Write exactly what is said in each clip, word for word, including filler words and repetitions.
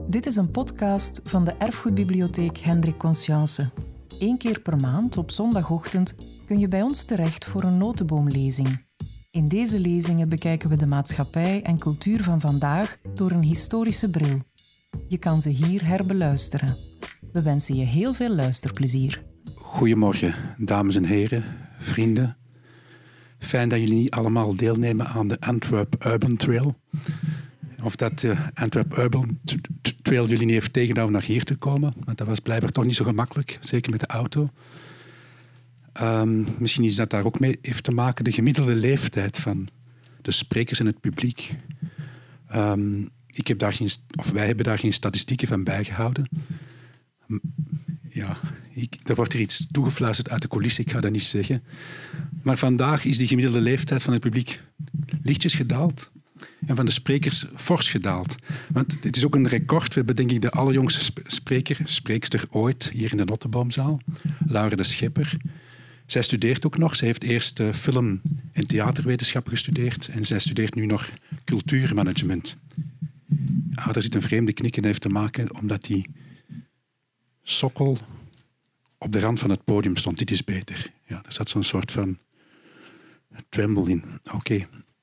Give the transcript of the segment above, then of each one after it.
Dit is een podcast van de Erfgoedbibliotheek Hendrik Conscience. Eén keer per maand op zondagochtend kun je bij ons terecht voor een notenboomlezing. In deze lezingen bekijken we de maatschappij en cultuur van vandaag door een historische bril. Je kan ze hier herbeluisteren. We wensen je heel veel luisterplezier. Goedemorgen, dames en heren, vrienden. Fijn dat jullie allemaal deelnemen aan de Antwerp Urban Trail. Of dat de Antwerp Urban Trail jullie niet heeft tegengehouden naar hier te komen. Want dat was blijkbaar toch niet zo gemakkelijk, zeker met de auto. Um, misschien is dat daar ook mee heeft te maken. De gemiddelde leeftijd van de sprekers en het publiek. Um, ik heb daar geen, of wij hebben daar geen statistieken van bijgehouden. Ja, ik, er wordt er iets toegefluisterd uit de coulissen, ik ga dat niet zeggen. Maar vandaag is die gemiddelde leeftijd van het publiek lichtjes gedaald. En van de sprekers fors gedaald. Want het is ook een record. We hebben denk ik de allerjongste spreker, spreekster ooit, hier in de Notteboomzaal. Laura de Schepper. Zij studeert ook nog. Zij heeft eerst uh, film- en theaterwetenschappen gestudeerd. En zij studeert nu nog cultuurmanagement. Ah, daar zit een vreemde knik in. Dat heeft te maken omdat die sokkel op de rand van het podium stond. Dit is beter. Ja, er zat zo'n soort van tremble in. Oké. Okay.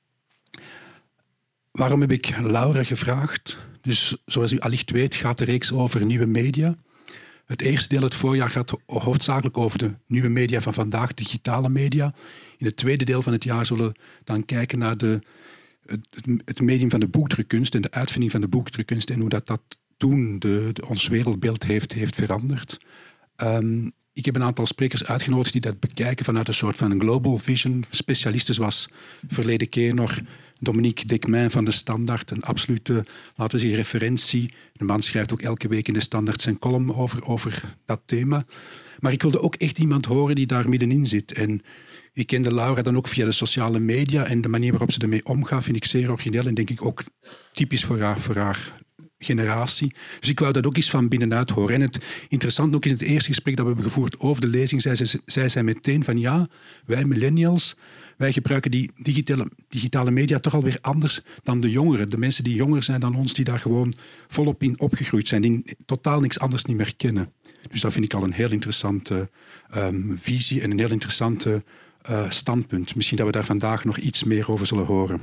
Waarom heb ik Laura gevraagd? Dus zoals u allicht weet gaat de reeks over nieuwe media. Het eerste deel, het voorjaar, gaat hoofdzakelijk over de nieuwe media van vandaag, digitale media. In het tweede deel van het jaar zullen we dan kijken naar de, het, het medium van de boekdrukkunst en de uitvinding van de boekdrukkunst en hoe dat, dat toen de, de, ons wereldbeeld heeft, heeft veranderd. Um, ik heb een aantal sprekers uitgenodigd die dat bekijken vanuit een soort van global vision. Specialisten zoals verleden keer nog Dominique Dekmin van de Standaard, een absolute, laten we zeggen, referentie. De man schrijft ook elke week in de Standaard zijn column over, over dat thema. Maar ik wilde ook echt iemand horen die daar middenin zit. En ik kende Laura dan ook via de sociale media en de manier waarop ze ermee omgaat vind ik zeer origineel en denk ik ook typisch voor haar, voor haar generatie. Dus ik wou dat ook eens van binnenuit horen. En het interessante ook in het eerste gesprek dat we hebben gevoerd over de lezing, zei zij, zei zij meteen van ja, wij millennials, wij gebruiken die digitale, digitale media toch alweer anders dan de jongeren. De mensen die jonger zijn dan ons, die daar gewoon volop in opgegroeid zijn, die totaal niks anders niet meer kennen. Dus dat vind ik al een heel interessante um, visie en een heel interessante uh, standpunt. Misschien dat we daar vandaag nog iets meer over zullen horen.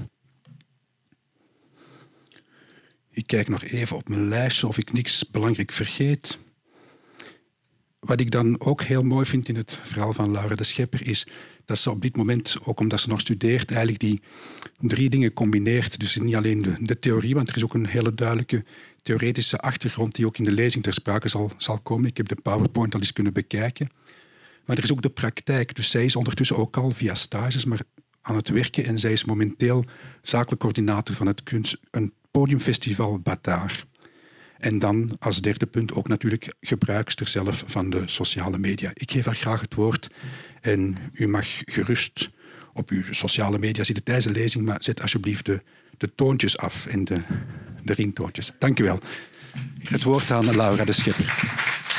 Ik kijk nog even op mijn lijstje of ik niks belangrijk vergeet. Wat ik dan ook heel mooi vind in het verhaal van Laura de Schepper is dat ze op dit moment, ook omdat ze nog studeert, eigenlijk die drie dingen combineert. Dus niet alleen de, de theorie, want er is ook een hele duidelijke theoretische achtergrond die ook in de lezing ter sprake zal, zal komen. Ik heb de PowerPoint al eens kunnen bekijken. Maar er is ook de praktijk. Dus zij is ondertussen ook al via stages maar aan het werken en zij is momenteel zakelijk coördinator van het kunst, een podiumfestival Bataar. En dan als derde punt ook natuurlijk gebruikster zelf van de sociale media. Ik geef haar graag het woord en u mag gerust op uw sociale media zitten tijdens de lezing, maar zet alsjeblieft de, de toontjes af en de, de ringtoontjes. Dank u wel. Het woord aan Laura de Schepper.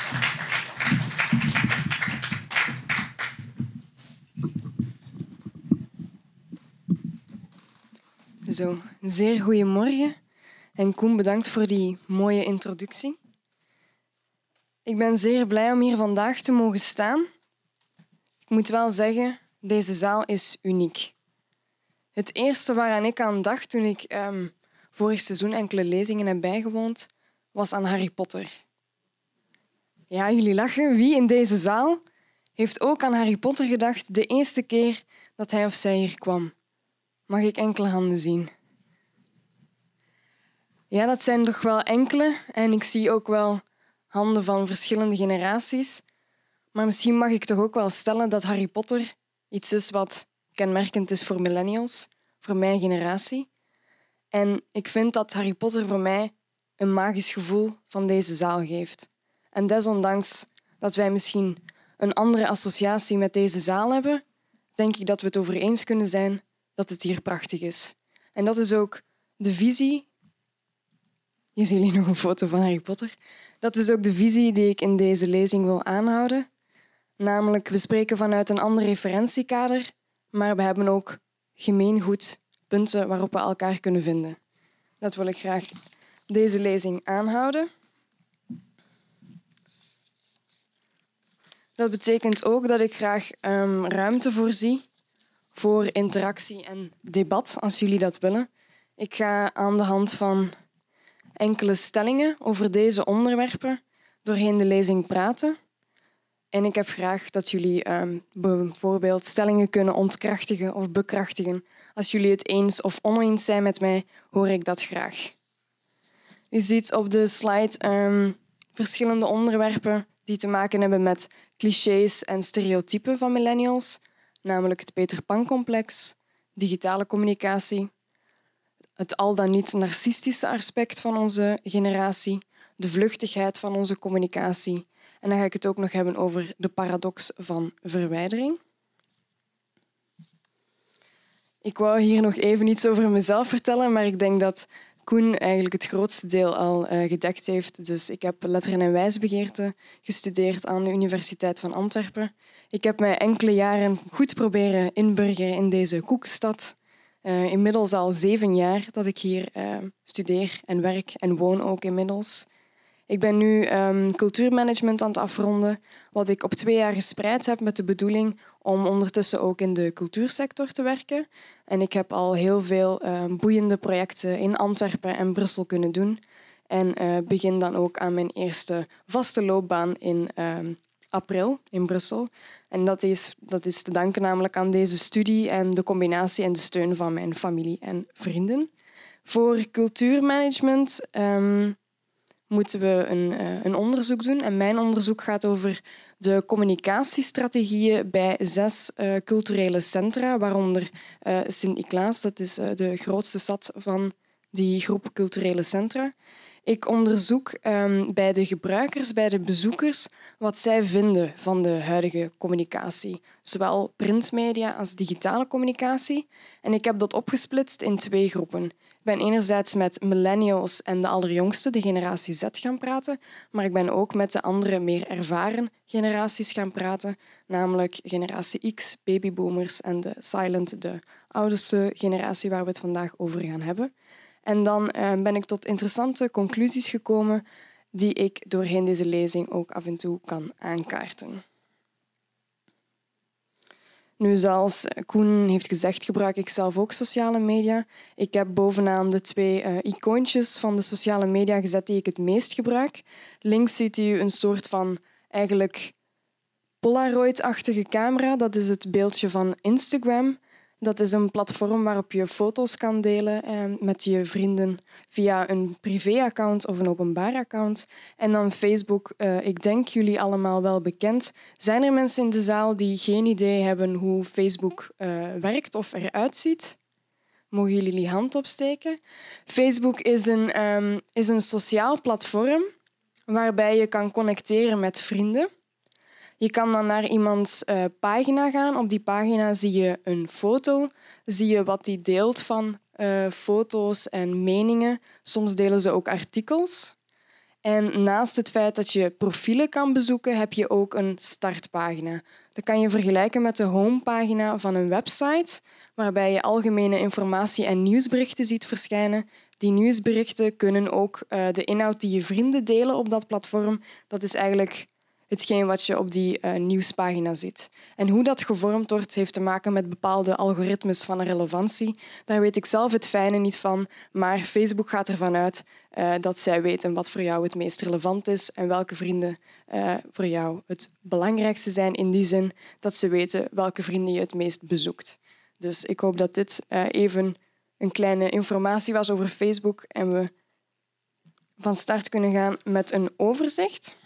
Zo, zeer goedemorgen. En Koen, bedankt voor die mooie introductie. Ik ben zeer blij om hier vandaag te mogen staan. Ik moet wel zeggen, deze zaal is uniek. Het eerste waaraan ik aan dacht toen ik um, vorig seizoen enkele lezingen heb bijgewoond, was aan Harry Potter. Ja, jullie lachen. Wie in deze zaal heeft ook aan Harry Potter gedacht de eerste keer dat hij of zij hier kwam? Mag ik enkele handen zien? Ja, dat zijn toch wel enkele. En ik zie ook wel handen van verschillende generaties. Maar misschien mag ik toch ook wel stellen dat Harry Potter iets is wat kenmerkend is voor millennials, voor mijn generatie. En ik vind dat Harry Potter voor mij een magisch gevoel van deze zaal geeft. En desondanks dat wij misschien een andere associatie met deze zaal hebben, denk ik dat we het over eens kunnen zijn dat het hier prachtig is. En dat is ook de visie. Hier zien jullie nog een foto van Harry Potter. Dat is ook de visie die ik in deze lezing wil aanhouden. Namelijk, we spreken vanuit een ander referentiekader, maar we hebben ook gemeengoed punten waarop we elkaar kunnen vinden. Dat wil ik graag deze lezing aanhouden. Dat betekent ook dat ik graag um, ruimte voorzie voor interactie en debat, als jullie dat willen. Ik ga aan de hand van enkele stellingen over deze onderwerpen doorheen de lezing praten. En ik heb graag dat jullie um, bijvoorbeeld stellingen kunnen ontkrachtigen of bekrachtigen. Als jullie het eens of oneens zijn met mij, hoor ik dat graag. U ziet op de slide um, verschillende onderwerpen die te maken hebben met clichés en stereotypen van millennials, namelijk het Peter Pan-complex, digitale communicatie, het al dan niet narcistische aspect van onze generatie, de vluchtigheid van onze communicatie. En dan ga ik het ook nog hebben over de paradox van verwijdering. Ik wou hier nog even iets over mezelf vertellen, maar ik denk dat Koen eigenlijk het grootste deel al uh, gedekt heeft. Dus ik heb letteren en wijsbegeerte gestudeerd aan de Universiteit van Antwerpen. Ik heb mij enkele jaren goed proberen inburgeren in deze koekenstad. Uh, inmiddels al zeven jaar dat ik hier uh, studeer en werk en woon ook inmiddels. Ik ben nu um, cultuurmanagement aan het afronden, wat ik op twee jaar gespreid heb met de bedoeling om ondertussen ook in de cultuursector te werken. En ik heb al heel veel uh, boeiende projecten in Antwerpen en Brussel kunnen doen. En uh, begin dan ook aan mijn eerste vaste loopbaan in uh, april in Brussel. En dat is, dat is te danken namelijk aan deze studie en de combinatie en de steun van mijn familie en vrienden. Voor cultuurmanagement Um, moeten we een, uh, een onderzoek doen. En mijn onderzoek gaat over de communicatiestrategieën bij zes uh, culturele centra, waaronder uh, Sint-Niklaas, dat is uh, de grootste stad van die groep culturele centra. Ik onderzoek um, bij de gebruikers, bij de bezoekers, wat zij vinden van de huidige communicatie. Zowel printmedia als digitale communicatie. En ik heb dat opgesplitst in twee groepen. Ik ben enerzijds met millennials en de allerjongste, de generatie Z, gaan praten, maar ik ben ook met de andere, meer ervaren generaties gaan praten, namelijk generatie X, babyboomers en de silent, de oudste generatie waar we het vandaag over gaan hebben. En dan uh, ben ik tot interessante conclusies gekomen die ik doorheen deze lezing ook af en toe kan aankaarten. Nu, zoals Koen heeft gezegd, gebruik ik zelf ook sociale media. Ik heb bovenaan de twee uh, icoontjes van de sociale media gezet die ik het meest gebruik. Links ziet u een soort van eigenlijk Polaroid-achtige camera. Dat is het beeldje van Instagram. Dat is een platform waarop je foto's kan delen eh, met je vrienden via een privé-account of een openbaar account. En dan Facebook, uh, ik denk jullie allemaal wel bekend. Zijn er mensen in de zaal die geen idee hebben hoe Facebook uh, werkt of eruit ziet? Mogen jullie jullie hand opsteken? Facebook is een, um, is een sociaal platform waarbij je kan connecteren met vrienden. Je kan dan naar iemands uh, pagina gaan. Op die pagina zie je een foto. Zie je wat die deelt van uh, foto's en meningen. Soms delen ze ook artikels. En naast het feit dat je profielen kan bezoeken, heb je ook een startpagina. Dat kan je vergelijken met de homepagina van een website, waarbij je algemene informatie en nieuwsberichten ziet verschijnen. Die nieuwsberichten kunnen ook uh, de inhoud die je vrienden delen op dat platform. Dat is eigenlijk hetgeen wat je op die uh, nieuwspagina ziet. En hoe dat gevormd wordt, heeft te maken met bepaalde algoritmes van relevantie. Daar weet ik zelf het fijne niet van, maar Facebook gaat ervan uit uh, dat zij weten wat voor jou het meest relevant is en welke vrienden uh, voor jou het belangrijkste zijn, in die zin dat ze weten welke vrienden je het meest bezoekt. Dus ik hoop dat dit uh, even een kleine informatie was over Facebook en we van start kunnen gaan met een overzicht.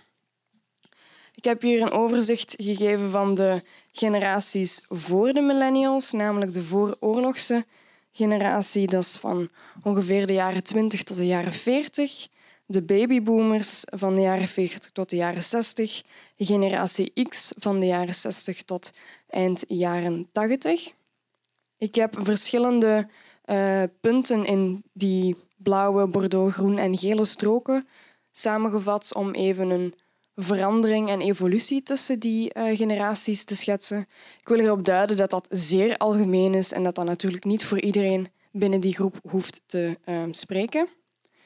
Ik heb hier een overzicht gegeven van de generaties voor de millennials, namelijk de vooroorlogse generatie. Dat is van ongeveer de jaren twintig tot de jaren veertig. De babyboomers van de jaren veertig tot de jaren zestig. De generatie X van de jaren zestig tot eind jaren tachtig. Ik heb verschillende uh, punten in die blauwe, bordeaux, groen en gele stroken samengevat om even een verandering en evolutie tussen die uh, generaties te schetsen. Ik wil erop duiden dat dat zeer algemeen is en dat dat natuurlijk niet voor iedereen binnen die groep hoeft te uh, spreken.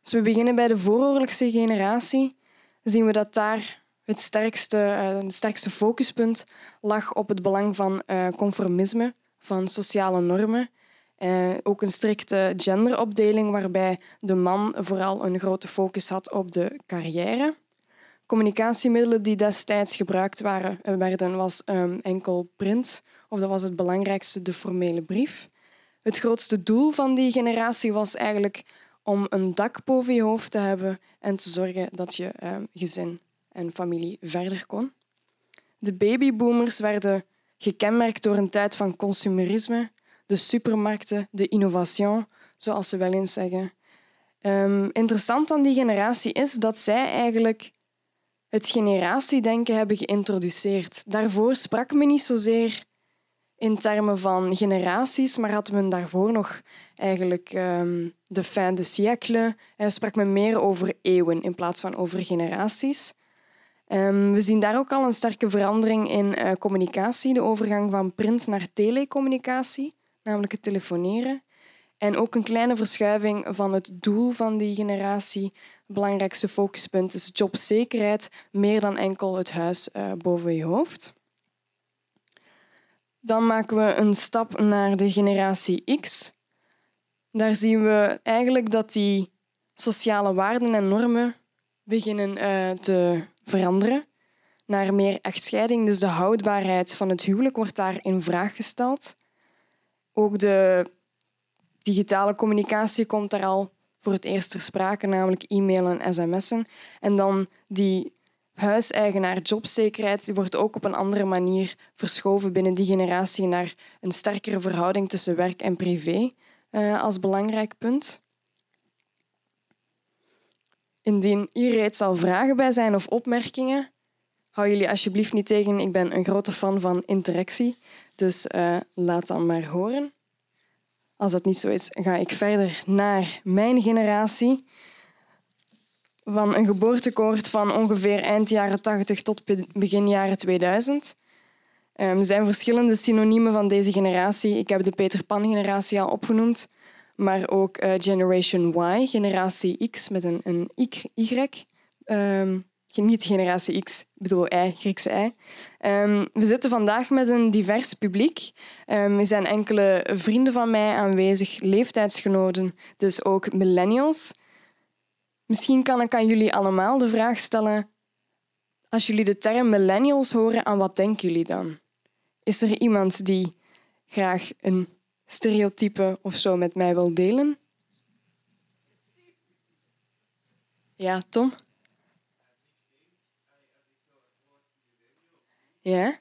Als we beginnen bij de vooroorlogse generatie, zien we dat daar het sterkste, uh, het sterkste focuspunt lag op het belang van uh, conformisme, van sociale normen. Uh, ook een strikte genderopdeling waarbij de man vooral een grote focus had op de carrière. Communicatiemiddelen die destijds gebruikt waren, werden was um, enkel print, of dat was het belangrijkste, de formele brief. Het grootste doel van die generatie was eigenlijk om een dak boven je hoofd te hebben en te zorgen dat je um, gezin en familie verder kon. De babyboomers werden gekenmerkt door een tijd van consumerisme, de supermarkten, de innovation, zoals ze wel eens zeggen. Um, interessant aan die generatie is dat zij eigenlijk het generatiedenken hebben geïntroduceerd. Daarvoor sprak men niet zozeer in termen van generaties, maar had men daarvoor nog eigenlijk um, de fin de siècle. En sprak men meer over eeuwen in plaats van over generaties. Um, we zien daar ook al een sterke verandering in uh, communicatie, de overgang van print naar telecommunicatie, namelijk het telefoneren. En ook een kleine verschuiving van het doel van die generatie. Het belangrijkste focuspunt is jobzekerheid, meer dan enkel het huis uh, boven je hoofd. Dan maken we een stap naar de generatie X. Daar zien we eigenlijk dat die sociale waarden en normen beginnen uh, te veranderen naar meer echtscheiding. Dus de houdbaarheid van het huwelijk wordt daar in vraag gesteld. Ook de digitale communicatie komt daar al voor het eerst ter sprake, namelijk e-mail en sms'en. En dan die huiseigenaar jobzekerheid die wordt ook op een andere manier verschoven binnen die generatie naar een sterkere verhouding tussen werk en privé uh, als belangrijk punt. Indien hier reeds al vragen bij zijn of opmerkingen, hou jullie alsjeblieft niet tegen. Ik ben een grote fan van interactie, dus uh, laat dan maar horen. Als dat niet zo is, ga ik verder naar mijn generatie. Van een geboortecohort van ongeveer eind jaren tachtig tot begin jaren tweeduizend. Er zijn verschillende synoniemen van deze generatie. Ik heb de Peter Pan-generatie al opgenoemd, maar ook uh, Generation Y, generatie X met een, een Y. Um, niet generatie X, ik bedoel Y, Griekse Y. Um, we zitten vandaag met een divers publiek. Um, er zijn enkele vrienden van mij aanwezig, leeftijdsgenoten, dus ook millennials. Misschien kan ik aan jullie allemaal de vraag stellen, als jullie de term millennials horen, aan wat denken jullie dan? Is er iemand die graag een stereotype of zo met mij wil delen? Ja, Tom? Ja?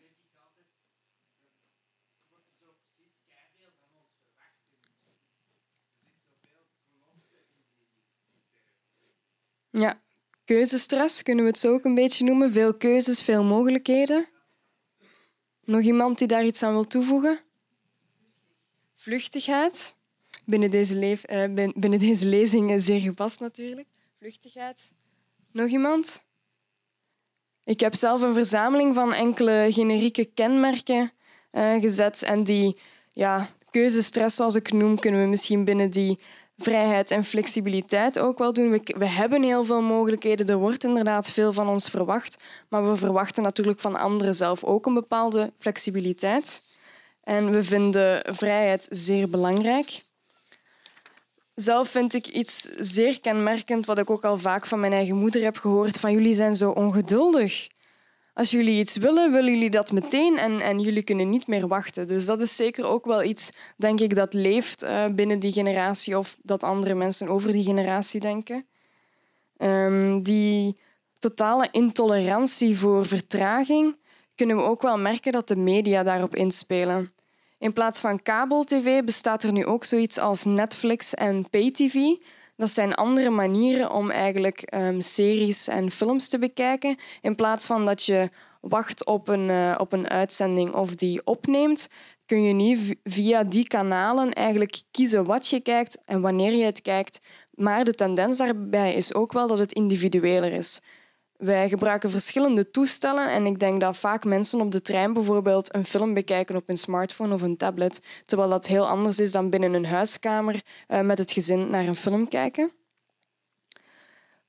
Ja, keuzestress kunnen we het zo ook een beetje noemen. Veel keuzes, veel mogelijkheden. Nog iemand die daar iets aan wil toevoegen? Vluchtigheid. Binnen deze, leef, uh, binnen deze lezing zeer gepast natuurlijk. Vluchtigheid. Nog iemand? Ik heb zelf een verzameling van enkele generieke kenmerken uh, gezet. En die ja, keuzestress, zoals ik noem, kunnen we misschien binnen die vrijheid en flexibiliteit ook wel doen. We, we hebben heel veel mogelijkheden. Er wordt inderdaad veel van ons verwacht. Maar we verwachten natuurlijk van anderen zelf ook een bepaalde flexibiliteit. En we vinden vrijheid zeer belangrijk. Zelf vind ik iets zeer kenmerkend, wat ik ook al vaak van mijn eigen moeder heb gehoord, van jullie zijn zo ongeduldig. Als jullie iets willen, willen jullie dat meteen en, en jullie kunnen niet meer wachten. Dus dat is zeker ook wel iets, denk ik, dat leeft uh, binnen die generatie of dat andere mensen over die generatie denken. Um, die totale intolerantie voor vertraging kunnen we ook wel merken dat de media daarop inspelen. In plaats van kabel-tv bestaat er nu ook zoiets als Netflix en pay-tv. Dat zijn andere manieren om eigenlijk um, series en films te bekijken. In plaats van dat je wacht op een, uh, op een uitzending of die opneemt, kun je nu via die kanalen eigenlijk kiezen wat je kijkt en wanneer je het kijkt. Maar de tendens daarbij is ook wel dat het individueler is. Wij gebruiken verschillende toestellen en ik denk dat vaak mensen op de trein bijvoorbeeld een film bekijken op een smartphone of een tablet, terwijl dat heel anders is dan binnen een huiskamer uh, met het gezin naar een film kijken.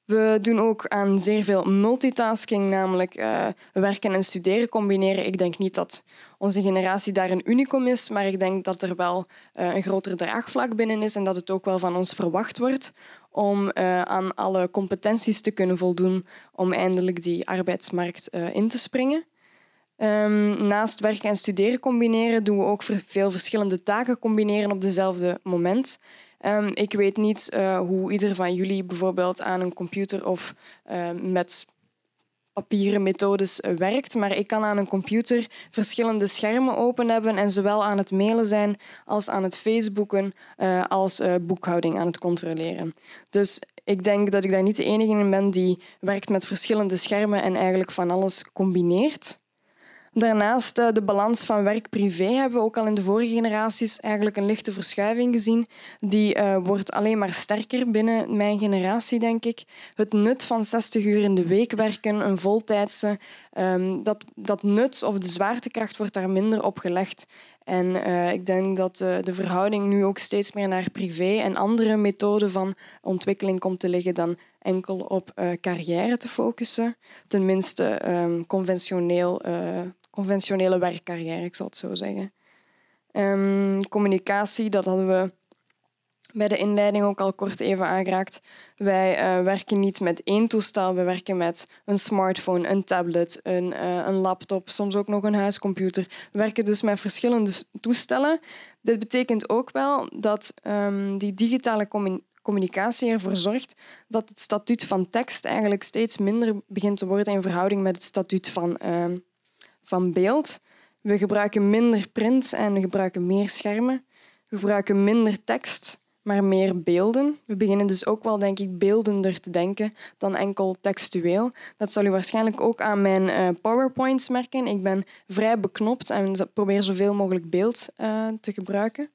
We doen ook aan zeer veel multitasking, namelijk uh, werken en studeren combineren. Ik denk niet dat onze generatie daar een unicum is, maar ik denk dat er wel uh, een groter draagvlak binnen is en dat het ook wel van ons verwacht wordt om uh, aan alle competenties te kunnen voldoen om eindelijk die arbeidsmarkt uh, in te springen. Um, naast werken en studeren combineren doen we ook veel verschillende taken combineren op dezelfde moment. Um, ik weet niet uh, hoe ieder van jullie bijvoorbeeld aan een computer of uh, met papieren methodes uh, werkt, maar ik kan aan een computer verschillende schermen open hebben en zowel aan het mailen zijn als aan het Facebooken uh, als uh, boekhouding aan het controleren. Dus ik denk dat ik daar niet de enige in ben die werkt met verschillende schermen en eigenlijk van alles combineert. Daarnaast uh, de balans van werk-privé hebben we ook al in de vorige generaties eigenlijk een lichte verschuiving gezien. Die uh, wordt alleen maar sterker binnen mijn generatie, denk ik. Het nut van zestig uur in de week werken, een voltijdse, um, dat, dat nut of de zwaartekracht wordt daar minder op gelegd. En uh, ik denk dat uh, de verhouding nu ook steeds meer naar privé en andere methoden van ontwikkeling komt te liggen dan enkel op uh, carrière te focussen. Tenminste, um, conventioneel, uh, conventionele werkcarrière, ik zal het zo zeggen. Um, communicatie, dat hadden we bij de inleiding ook al kort even aangeraakt. Wij uh, werken niet met één toestel, we werken met een smartphone, een tablet, een, uh, een laptop, soms ook nog een huiscomputer. We werken dus met verschillende toestellen. Dit betekent ook wel dat um, die digitale communicatie communicatie ervoor zorgt dat het statuut van tekst eigenlijk steeds minder begint te worden in verhouding met het statuut van, uh, van beeld. We gebruiken minder print en we gebruiken meer schermen. We gebruiken minder tekst, maar meer beelden. We beginnen dus ook wel, denk ik, beeldender te denken dan enkel textueel. Dat zal u waarschijnlijk ook aan mijn uh, PowerPoints merken. Ik ben vrij beknopt en probeer zoveel mogelijk beeld uh, te gebruiken.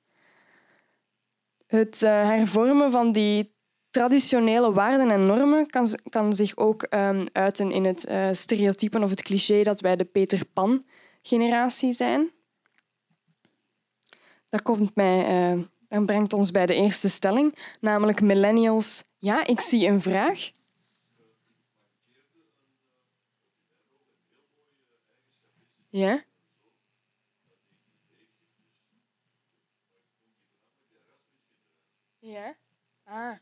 Het uh, hervormen van die traditionele waarden en normen kan, kan zich ook um, uiten in het uh, stereotypen of het cliché dat wij de Peter Pan-generatie zijn. Dat, komt mij, uh, dat brengt ons bij de eerste stelling, namelijk millennials. Ja, ik zie een vraag. Ja? Ja? Ah.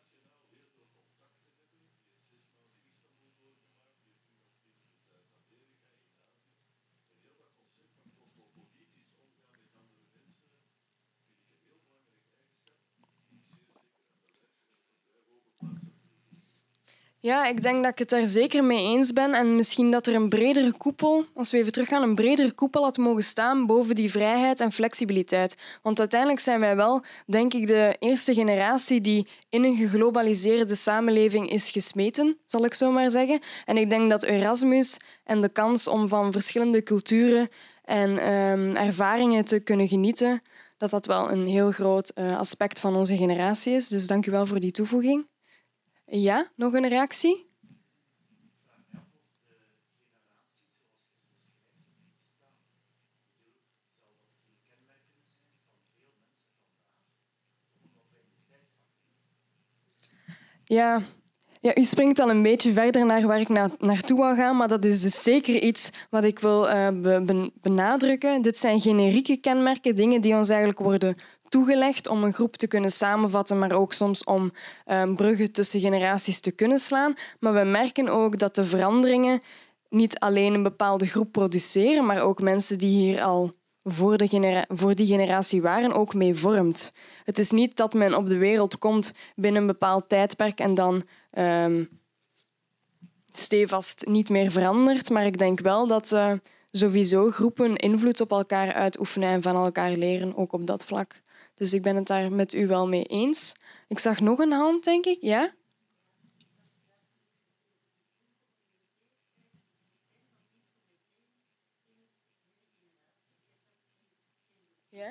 Ja, ik denk dat ik het daar zeker mee eens ben. En misschien dat er een bredere koepel, als we even teruggaan, een bredere koepel had mogen staan boven die vrijheid en flexibiliteit. Want uiteindelijk zijn wij wel, denk ik, de eerste generatie die in een geglobaliseerde samenleving is gesmeten, zal ik zo maar zeggen. En ik denk dat Erasmus en de kans om van verschillende culturen en um, ervaringen te kunnen genieten, dat dat wel een heel groot uh, aspect van onze generatie is. Dus dank u wel voor die toevoeging. Ja, nog een reactie? Ja, ja, u springt al een beetje verder naar waar ik na- naartoe wil gaan, maar dat is dus zeker iets wat ik wil uh, be- be- benadrukken. Dit zijn generieke kenmerken, dingen die ons eigenlijk worden toegelegd om een groep te kunnen samenvatten, maar ook soms om um, bruggen tussen generaties te kunnen slaan. Maar we merken ook dat de veranderingen niet alleen een bepaalde groep produceren, maar ook mensen die hier al voor, de genera- voor die generatie waren, ook mee vormt. Het is niet dat men op de wereld komt binnen een bepaald tijdperk en dan um, stevast niet meer verandert, maar ik denk wel dat uh, sowieso groepen invloed op elkaar uitoefenen en van elkaar leren, ook op dat vlak. Dus ik ben het daar met u wel mee eens. Ik zag nog een hand, denk ik. Ja? Ja?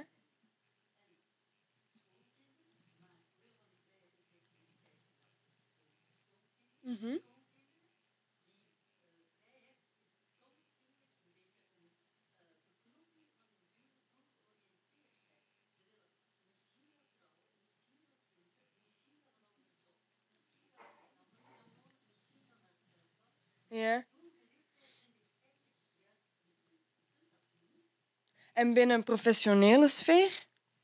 Mm-hmm. Ja. En binnen een professionele sfeer?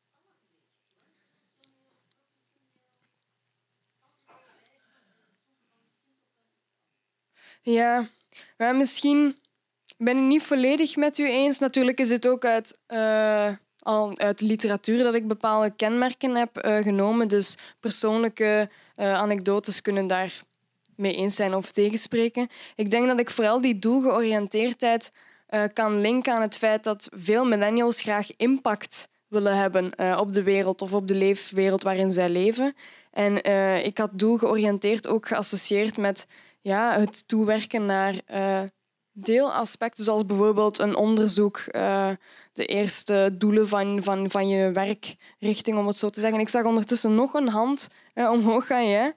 Ja, maar misschien ben ik niet volledig met u eens. Natuurlijk is het ook uit, uh, al uit literatuur dat ik bepaalde kenmerken heb uh, genomen. Dus persoonlijke uh, anekdotes kunnen daar mee eens zijn of tegenspreken. Ik denk dat ik vooral die doelgeoriënteerdheid uh, kan linken aan het feit dat veel millennials graag impact willen hebben uh, op de wereld of op de leefwereld waarin zij leven. En uh, ik had doelgeoriënteerd ook geassocieerd met ja, het toewerken naar uh, deelaspecten, zoals bijvoorbeeld een onderzoek, uh, de eerste doelen van, van, van je werkrichting, om het zo te zeggen. Ik zag ondertussen nog een hand uh, omhoog gaan. Ja?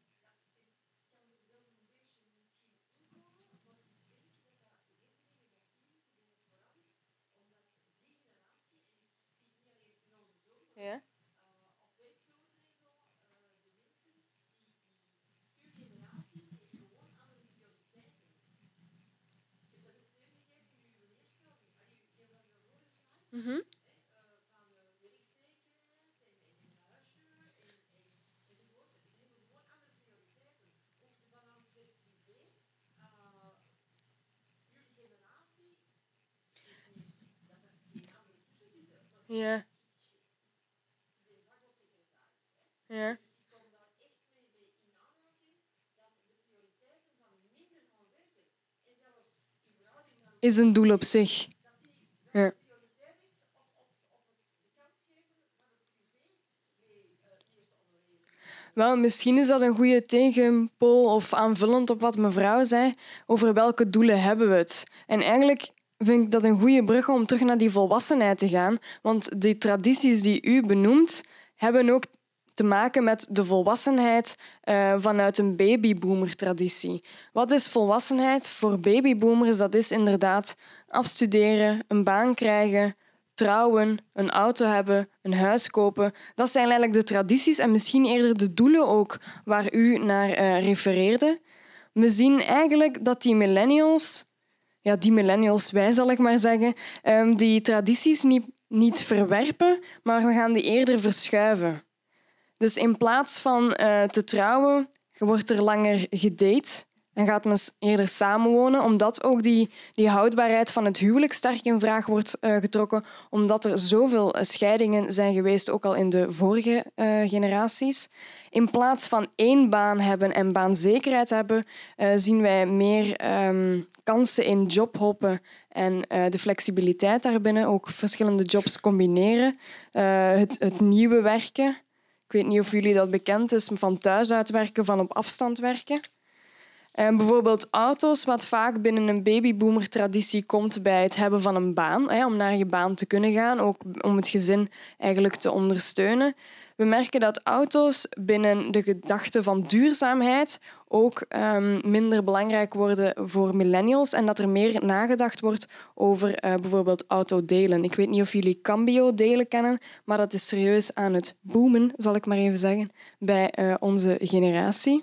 Ja? Mm-hmm. Ja. Ja. Is een doel op zich. Ja. Wel, misschien is dat een goede tegenpool of aanvullend op wat mevrouw zei. Over welke doelen hebben we het? En eigenlijk vind ik dat een goede brug om terug naar die volwassenheid te gaan. Want die tradities die u benoemt, hebben ook te maken met de volwassenheid uh, vanuit een babyboomer-traditie. Wat is volwassenheid voor babyboomers? Dat is inderdaad afstuderen, een baan krijgen, trouwen, een auto hebben, een huis kopen. Dat zijn eigenlijk de tradities en misschien eerder de doelen ook waar u naar uh, refereerde. We zien eigenlijk dat die millennials, ja, die millennials, wij zal ik maar zeggen, um, die tradities niet, niet verwerpen, maar we gaan die eerder verschuiven. Dus in plaats van uh, te trouwen, wordt er langer gedate en gaat men eerder samenwonen, omdat ook die, die houdbaarheid van het huwelijk sterk in vraag wordt uh, getrokken, omdat er zoveel scheidingen zijn geweest, ook al in de vorige uh, generaties. In plaats van één baan hebben en baanzekerheid hebben, uh, zien wij meer um, kansen in jobhoppen en uh, de flexibiliteit daarbinnen, ook verschillende jobs combineren, uh, het, het nieuwe werken. Ik weet niet of jullie dat bekend is, van thuis uitwerken, van op afstand werken. En bijvoorbeeld auto's, wat vaak binnen een babyboomer-traditie komt bij het hebben van een baan, hè, om naar je baan te kunnen gaan, ook om het gezin eigenlijk te ondersteunen. We merken dat auto's binnen de gedachte van duurzaamheid ook um, minder belangrijk worden voor millennials en dat er meer nagedacht wordt over uh, bijvoorbeeld autodelen. Ik weet niet of jullie Cambio-delen kennen, maar dat is serieus aan het boomen, zal ik maar even zeggen, bij uh, onze generatie.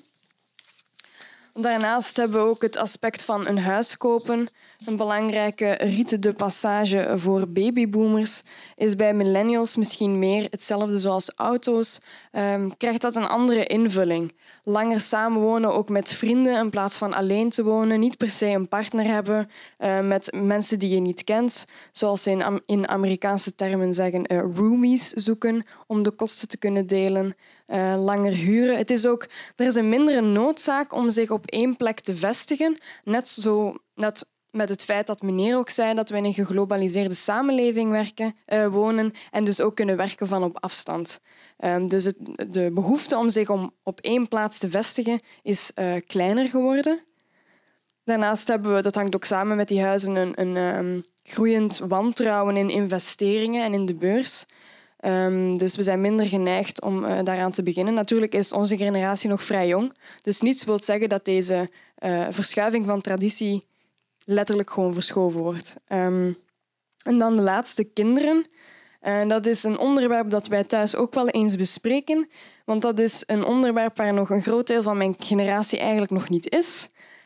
Daarnaast hebben we ook het aspect van een huis kopen. Een belangrijke rite de passage voor babyboomers is bij millennials misschien meer hetzelfde zoals auto's. Um, krijgt dat een andere invulling. Langer samenwonen, ook met vrienden, in plaats van alleen te wonen. Niet per se een partner hebben uh, met mensen die je niet kent. Zoals ze in, in Amerikaanse termen zeggen, uh, roomies zoeken om de kosten te kunnen delen. Uh, langer huren. Het is ook, er is een mindere noodzaak om zich op één plek te vestigen. Net zo net met het feit dat meneer ook zei dat we in een geglobaliseerde samenleving werken, uh, wonen en dus ook kunnen werken van op afstand. Um, dus het, de behoefte om zich om op één plaats te vestigen is uh, kleiner geworden. Daarnaast hebben we, dat hangt ook samen met die huizen, een, een um, groeiend wantrouwen in investeringen en in de beurs. Um, dus we zijn minder geneigd om uh, daaraan te beginnen. Natuurlijk is onze generatie nog vrij jong. Dus niets wil zeggen dat deze uh, verschuiving van traditie letterlijk gewoon verschoven wordt. Um, en dan de laatste, kinderen. Uh, dat is een onderwerp dat wij thuis ook wel eens bespreken. Want dat is een onderwerp waar nog een groot deel van mijn generatie eigenlijk nog niet is.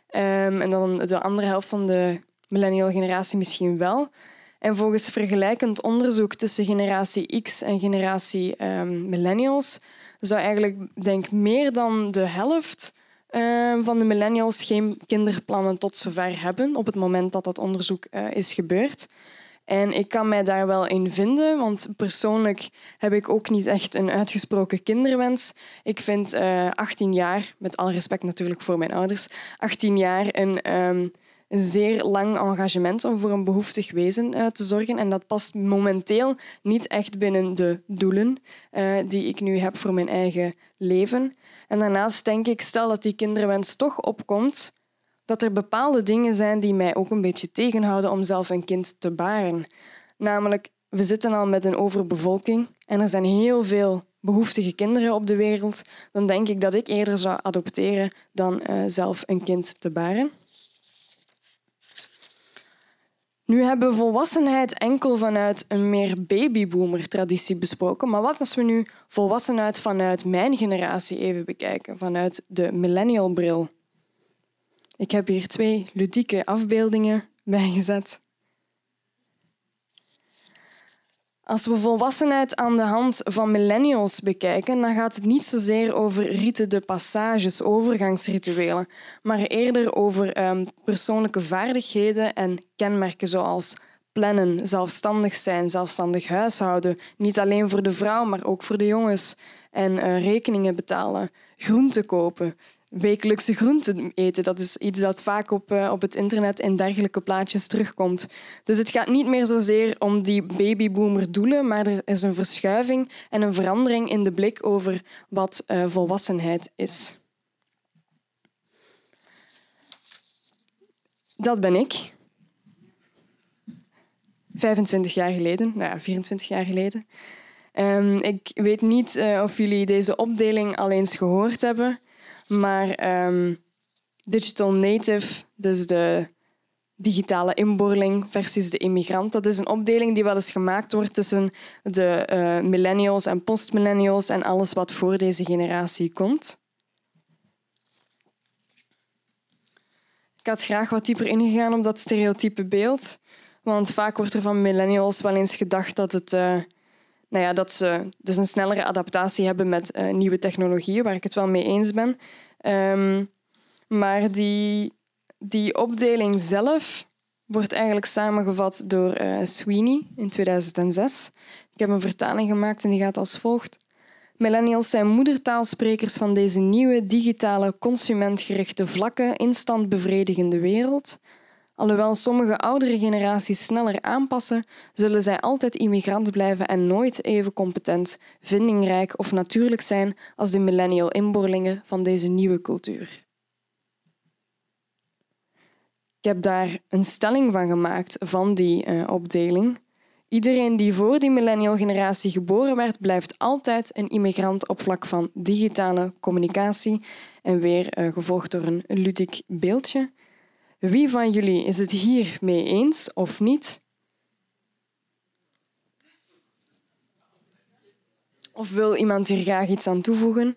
Um, en dan de andere helft van de millennial generatie misschien wel. En volgens vergelijkend onderzoek tussen generatie X en generatie um, millennials zou eigenlijk, denk ik, meer dan de helft uh, van de millennials geen kinderplannen tot zover hebben op het moment dat dat onderzoek uh, is gebeurd. En ik kan mij daar wel in vinden, want persoonlijk heb ik ook niet echt een uitgesproken kinderwens. Ik vind uh, achttien jaar, met alle respect natuurlijk voor mijn ouders, achttien jaar een, um, een zeer lang engagement om voor een behoeftig wezen uh, te zorgen. En dat past momenteel niet echt binnen de doelen uh, die ik nu heb voor mijn eigen leven. En daarnaast denk ik, stel dat die kinderwens toch opkomt, dat er bepaalde dingen zijn die mij ook een beetje tegenhouden om zelf een kind te baren. Namelijk, we zitten al met een overbevolking en er zijn heel veel behoeftige kinderen op de wereld. Dan denk ik dat ik eerder zou adopteren dan uh, zelf een kind te baren. Nu hebben we volwassenheid enkel vanuit een meer babyboomer-traditie besproken. Maar wat als we nu volwassenheid vanuit mijn generatie even bekijken, vanuit de millennial-bril? Ik heb hier twee ludieke afbeeldingen bijgezet. Als we volwassenheid aan de hand van millennials bekijken, dan gaat het niet zozeer over rite de passages, overgangsrituelen, maar eerder over um, persoonlijke vaardigheden en kenmerken zoals plannen, zelfstandig zijn, zelfstandig huishouden. Niet alleen voor de vrouw, maar ook voor de jongens. En uh, rekeningen betalen, groenten kopen, wekelijkse groenten eten. Dat is iets dat vaak op, uh, op het internet in dergelijke plaatjes terugkomt. Dus het gaat niet meer zozeer om die babyboomer-doelen, maar er is een verschuiving en een verandering in de blik over wat uh, volwassenheid is. Dat ben ik. vijfentwintig jaar geleden, nou ja, vierentwintig jaar geleden. Um, ik weet niet uh, of jullie deze opdeling al eens gehoord hebben, maar um, digital native, dus de digitale inboorling versus de immigrant, dat is een opdeling die wel eens gemaakt wordt tussen de uh, millennials en postmillennials en alles wat voor deze generatie komt. Ik had graag wat dieper ingegaan op dat stereotype beeld, want vaak wordt er van millennials wel eens gedacht dat, het, uh, nou ja, dat ze dus een snellere adaptatie hebben met uh, nieuwe technologieën, waar ik het wel mee eens ben. Um, maar die, die opdeling zelf wordt eigenlijk samengevat door uh, Sweeney in tweeduizend zes. Ik heb een vertaling gemaakt en die gaat als volgt. Millennials zijn moedertaalsprekers van deze nieuwe, digitale, consumentgerichte, vlakke, instant bevredigende wereld. Alhoewel sommige oudere generaties sneller aanpassen, zullen zij altijd immigrant blijven en nooit even competent, vindingrijk of natuurlijk zijn als de millennial-inboorlingen van deze nieuwe cultuur. Ik heb daar een stelling van gemaakt van die uh, opdeling. Iedereen die voor die millennial-generatie geboren werd, blijft altijd een immigrant op vlak van digitale communicatie. En weer uh, gevolgd door een ludiek beeldje. Wie van jullie is het hier mee eens of niet? Of wil iemand hier graag iets aan toevoegen?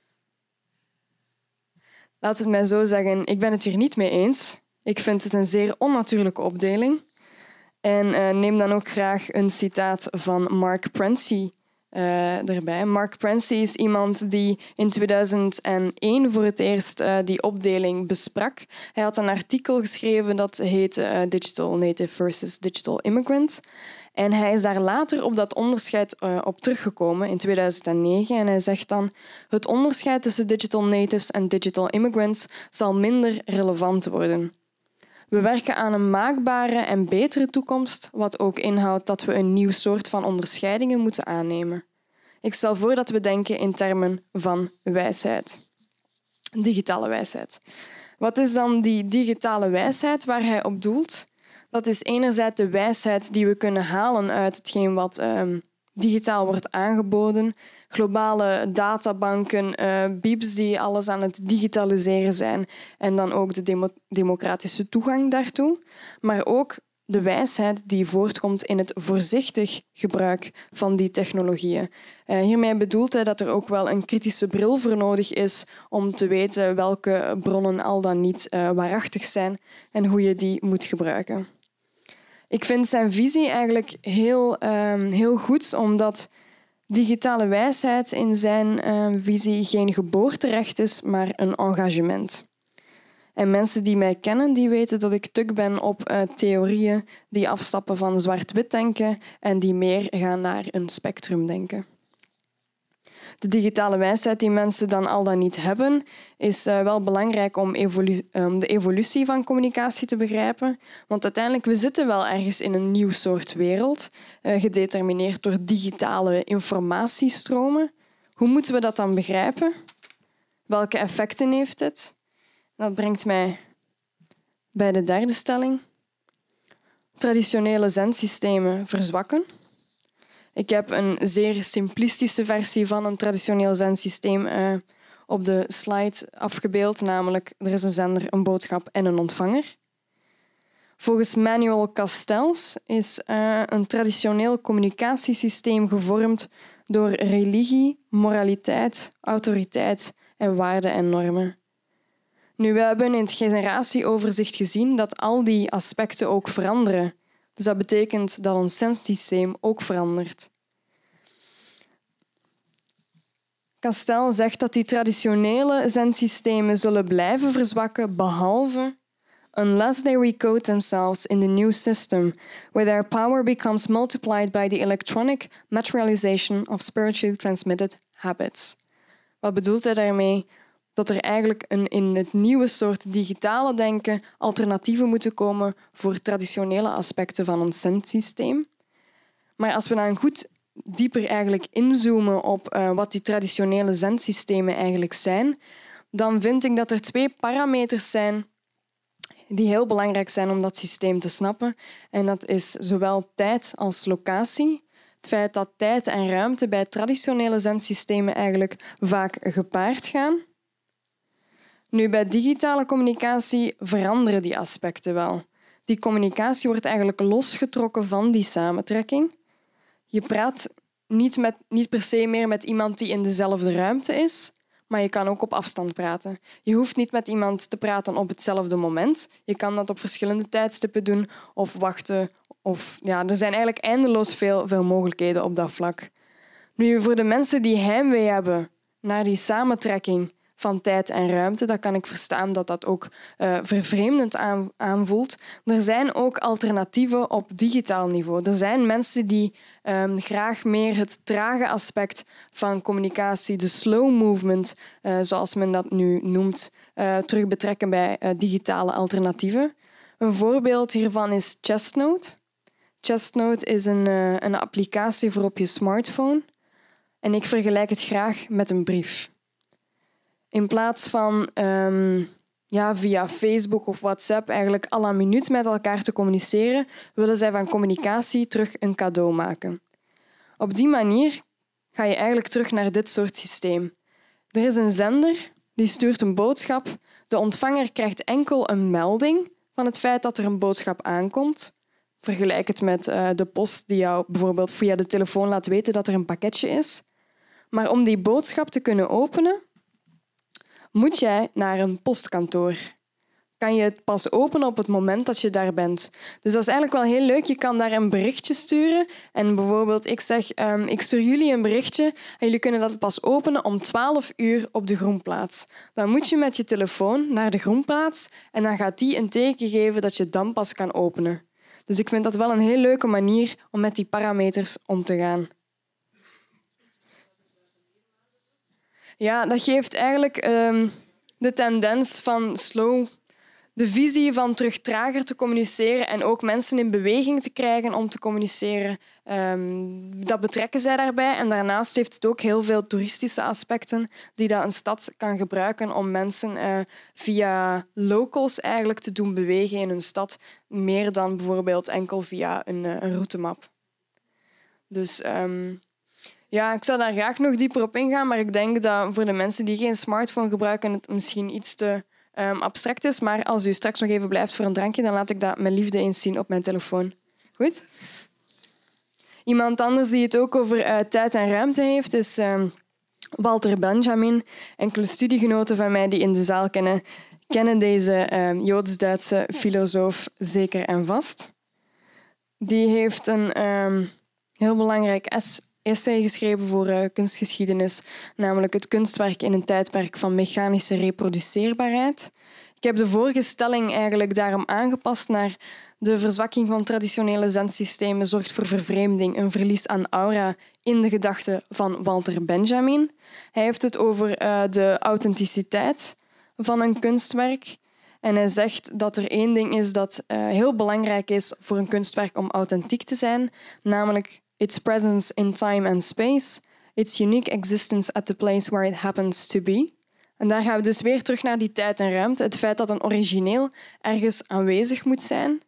Laat het mij zo zeggen, ik ben het hier niet mee eens. Ik vind het een zeer onnatuurlijke opdeling. En uh, neem dan ook graag een citaat van Mark Prency uh, erbij. Mark Prency is iemand die in tweeduizend één voor het eerst uh, die opdeling besprak. Hij had een artikel geschreven dat heet uh, Digital Native versus Digital Immigrant. En hij is daar later op dat onderscheid uh, op teruggekomen in tweeduizend negen. En hij zegt dan: het onderscheid tussen digital natives en digital immigrants zal minder relevant worden. We werken aan een maakbare en betere toekomst, wat ook inhoudt dat we een nieuw soort van onderscheidingen moeten aannemen. Ik stel voor dat we denken in termen van wijsheid. Digitale wijsheid. Wat is dan die digitale wijsheid waar hij op doelt? Dat is enerzijds de wijsheid die we kunnen halen uit hetgeen wat um, digitaal wordt aangeboden. Globale databanken, uh, bieps die alles aan het digitaliseren zijn en dan ook de demo- democratische toegang daartoe. Maar ook de wijsheid die voortkomt in het voorzichtig gebruik van die technologieën. Uh, hiermee bedoelt hij dat er ook wel een kritische bril voor nodig is om te weten welke bronnen al dan niet uh, waarachtig zijn en hoe je die moet gebruiken. Ik vind zijn visie eigenlijk heel, um, heel goed, omdat digitale wijsheid in zijn uh, visie geen geboorterecht is, maar een engagement. En mensen die mij kennen, die weten dat ik tuk ben op uh, theorieën die afstappen van zwart-wit denken en die meer gaan naar een spectrum denken. De digitale wijsheid die mensen dan al dan niet hebben, is uh, wel belangrijk om evolu- um, de evolutie van communicatie te begrijpen. Want uiteindelijk, we zitten wel ergens in een nieuw soort wereld, uh, gedetermineerd door digitale informatiestromen. Hoe moeten we dat dan begrijpen? Welke effecten heeft dit? Dat brengt mij bij de derde stelling. Traditionele zendsystemen verzwakken. Ik heb een zeer simplistische versie van een traditioneel zendsysteem uh, op de slide afgebeeld, namelijk er is een zender, een boodschap en een ontvanger. Volgens Manuel Castells is uh, een traditioneel communicatiesysteem gevormd door religie, moraliteit, autoriteit en waarden en normen. Nu, we hebben in het generatieoverzicht gezien dat al die aspecten ook veranderen. Dus dat betekent dat ons zendsysteem ook verandert. Castel zegt dat die traditionele zendsystemen zullen blijven verzwakken, behalve unless they recode themselves in the new system, where their power becomes multiplied by the electronic materialization of spiritually transmitted habits. Wat bedoelt hij daarmee? Dat er eigenlijk een, in het nieuwe soort digitale denken alternatieven moeten komen voor traditionele aspecten van ons zendsysteem. Maar als we dan goed dieper eigenlijk inzoomen op uh, wat die traditionele zendsystemen eigenlijk zijn, dan vind ik dat er twee parameters zijn die heel belangrijk zijn om dat systeem te snappen. En dat is zowel tijd als locatie. Het feit dat tijd en ruimte bij traditionele zendsystemen eigenlijk vaak gepaard gaan. Nu, bij digitale communicatie veranderen die aspecten wel. Die communicatie wordt eigenlijk losgetrokken van die samentrekking. Je praat niet, met, niet per se meer met iemand die in dezelfde ruimte is, maar je kan ook op afstand praten. Je hoeft niet met iemand te praten op hetzelfde moment. Je kan dat op verschillende tijdstippen doen of wachten. Of, ja, er zijn eigenlijk eindeloos veel, veel mogelijkheden op dat vlak. Nu, voor de mensen die heimwee hebben naar die samentrekking van tijd en ruimte, dan kan ik verstaan dat dat ook uh, vervreemdend aan, aanvoelt. Er zijn ook alternatieven op digitaal niveau. Er zijn mensen die um, graag meer het trage aspect van communicatie, de slow movement, uh, zoals men dat nu noemt, uh, terug betrekken bij uh, digitale alternatieven. Een voorbeeld hiervan is Chestnote. Chestnote is een, uh, een applicatie voor op je smartphone. En ik vergelijk het graag met een brief. In plaats van um, ja, via Facebook of WhatsApp eigenlijk à la minuut met elkaar te communiceren, willen zij van communicatie terug een cadeau maken. Op die manier ga je eigenlijk terug naar dit soort systeem. Er is een zender, die stuurt een boodschap. De ontvanger krijgt enkel een melding van het feit dat er een boodschap aankomt. Vergelijk het met uh, de post die jou bijvoorbeeld via de telefoon laat weten dat er een pakketje is. Maar om die boodschap te kunnen openen, moet jij naar een postkantoor. Kan je het pas openen op het moment dat je daar bent. Dus dat is eigenlijk wel heel leuk. Je kan daar een berichtje sturen. En bijvoorbeeld, ik zeg, um, ik stuur jullie een berichtje en jullie kunnen dat pas openen om twaalf uur op de groenplaats. Dan moet je met je telefoon naar de groenplaats en dan gaat die een teken geven dat je dan pas kan openen. Dus ik vind dat wel een heel leuke manier om met die parameters om te gaan. Ja, dat geeft eigenlijk um, de tendens van slow, de visie van terug trager te communiceren en ook mensen in beweging te krijgen om te communiceren. Um, dat betrekken zij daarbij. En daarnaast heeft het ook heel veel toeristische aspecten die dat een stad kan gebruiken om mensen uh, via locals eigenlijk te doen bewegen in hun stad, meer dan bijvoorbeeld enkel via een, uh, een routemap. Dus Um, Ja, ik zou daar graag nog dieper op ingaan, maar ik denk dat voor de mensen die geen smartphone gebruiken het misschien iets te um, abstract is, maar als u straks nog even blijft voor een drankje, dan laat ik dat met liefde eens zien op mijn telefoon. Goed? Iemand anders die het ook over uh, tijd en ruimte heeft, is um, Walter Benjamin. Enkele studiegenoten van mij die in de zaal kennen, kennen deze uh, Joods-Duitse filosoof zeker en vast. Die heeft een um, heel belangrijk es- essay geschreven voor uh, kunstgeschiedenis, namelijk het kunstwerk in een tijdperk van mechanische reproduceerbaarheid. Ik heb de vorige stelling eigenlijk daarom aangepast naar de verzwakking van traditionele zendsystemen zorgt voor vervreemding, een verlies aan aura in de gedachten van Walter Benjamin. Hij heeft het over uh, de authenticiteit van een kunstwerk. En hij zegt dat er één ding is dat uh, heel belangrijk is voor een kunstwerk om authentiek te zijn, namelijk its presence in time and space, its unique existence at the place where it happens to be. En daar gaan we dus weer terug naar die tijd en ruimte, het feit dat een origineel ergens aanwezig moet zijn.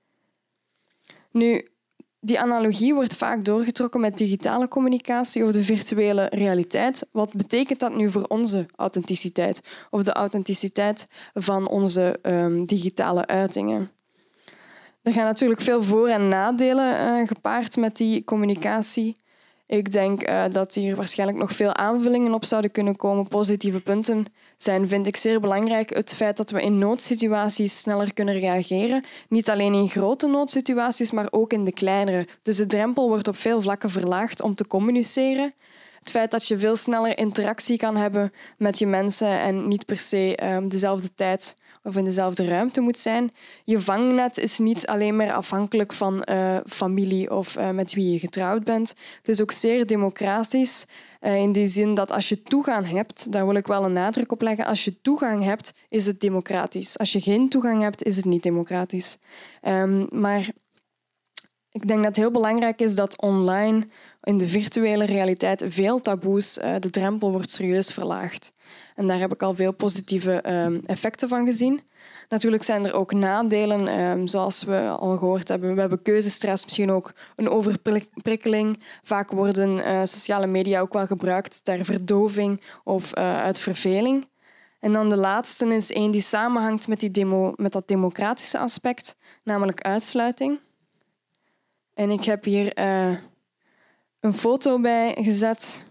Nu, die analogie wordt vaak doorgetrokken met digitale communicatie of de virtuele realiteit. Wat betekent dat nu voor onze authenticiteit of de authenticiteit van onze um, digitale uitingen? Er gaan natuurlijk veel voor- en nadelen uh, gepaard met die communicatie. Ik denk uh, dat hier waarschijnlijk nog veel aanvullingen op zouden kunnen komen. Positieve punten zijn, vind ik, zeer belangrijk. Het feit dat we in noodsituaties sneller kunnen reageren. Niet alleen in grote noodsituaties, maar ook in de kleinere. Dus de drempel wordt op veel vlakken verlaagd om te communiceren. Het feit dat je veel sneller interactie kan hebben met je mensen en niet per se um, dezelfde tijd of in dezelfde ruimte moet zijn. Je vangnet is niet alleen maar afhankelijk van uh, familie of uh, met wie je getrouwd bent. Het is ook zeer democratisch uh, in die zin dat als je toegang hebt, daar wil ik wel een nadruk op leggen, als je toegang hebt, is het democratisch. Als je geen toegang hebt, is het niet democratisch. Um, maar ik denk dat het heel belangrijk is dat online, in de virtuele realiteit, veel taboes, uh, de drempel wordt serieus verlaagd. En daar heb ik al veel positieve um, effecten van gezien. Natuurlijk zijn er ook nadelen, um, zoals we al gehoord hebben. We hebben keuzestress, misschien ook een overprikkeling. Vaak worden uh, sociale media ook wel gebruikt ter verdoving of uh, uit verveling. En dan de laatste is één die samenhangt met, die demo, met dat democratische aspect, namelijk uitsluiting. En ik heb hier uh, een foto bij gezet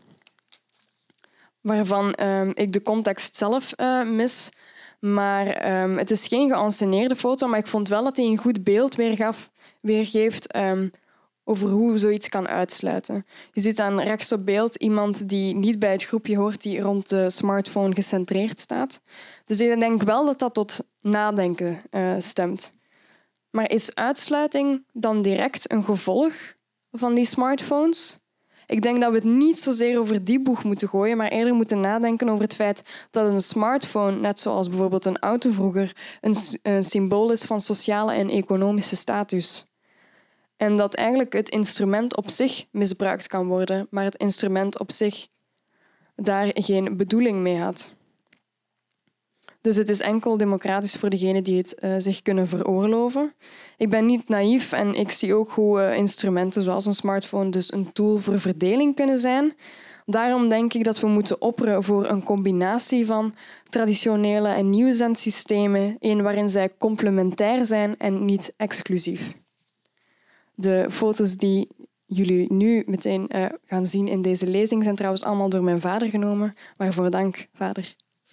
waarvan um, ik de context zelf uh, mis. Maar um, het is geen geanceneerde foto, maar ik vond wel dat hij een goed beeld weergaf, weergeeft um, over hoe zoiets kan uitsluiten. Je ziet aan rechts op beeld iemand die niet bij het groepje hoort die rond de smartphone gecentreerd staat. Dus ik denk wel dat dat tot nadenken uh, stemt. Maar is uitsluiting dan direct een gevolg van die smartphones? Ik denk dat we het niet zozeer over die boeg moeten gooien, maar eerder moeten nadenken over het feit dat een smartphone, net zoals bijvoorbeeld een auto vroeger, een, een symbool is van sociale en economische status. En dat eigenlijk het instrument op zich misbruikt kan worden, maar het instrument op zich daar geen bedoeling mee had. Dus het is enkel democratisch voor degenen die het uh, zich kunnen veroorloven. Ik ben niet naïef en ik zie ook hoe uh, instrumenten zoals een smartphone dus een tool voor verdeling kunnen zijn. Daarom denk ik dat we moeten opperen voor een combinatie van traditionele en nieuwe zendsystemen, een waarin zij complementair zijn en niet exclusief. De foto's die jullie nu meteen uh, gaan zien in deze lezing zijn trouwens allemaal door mijn vader genomen. Waarvoor dank, vader.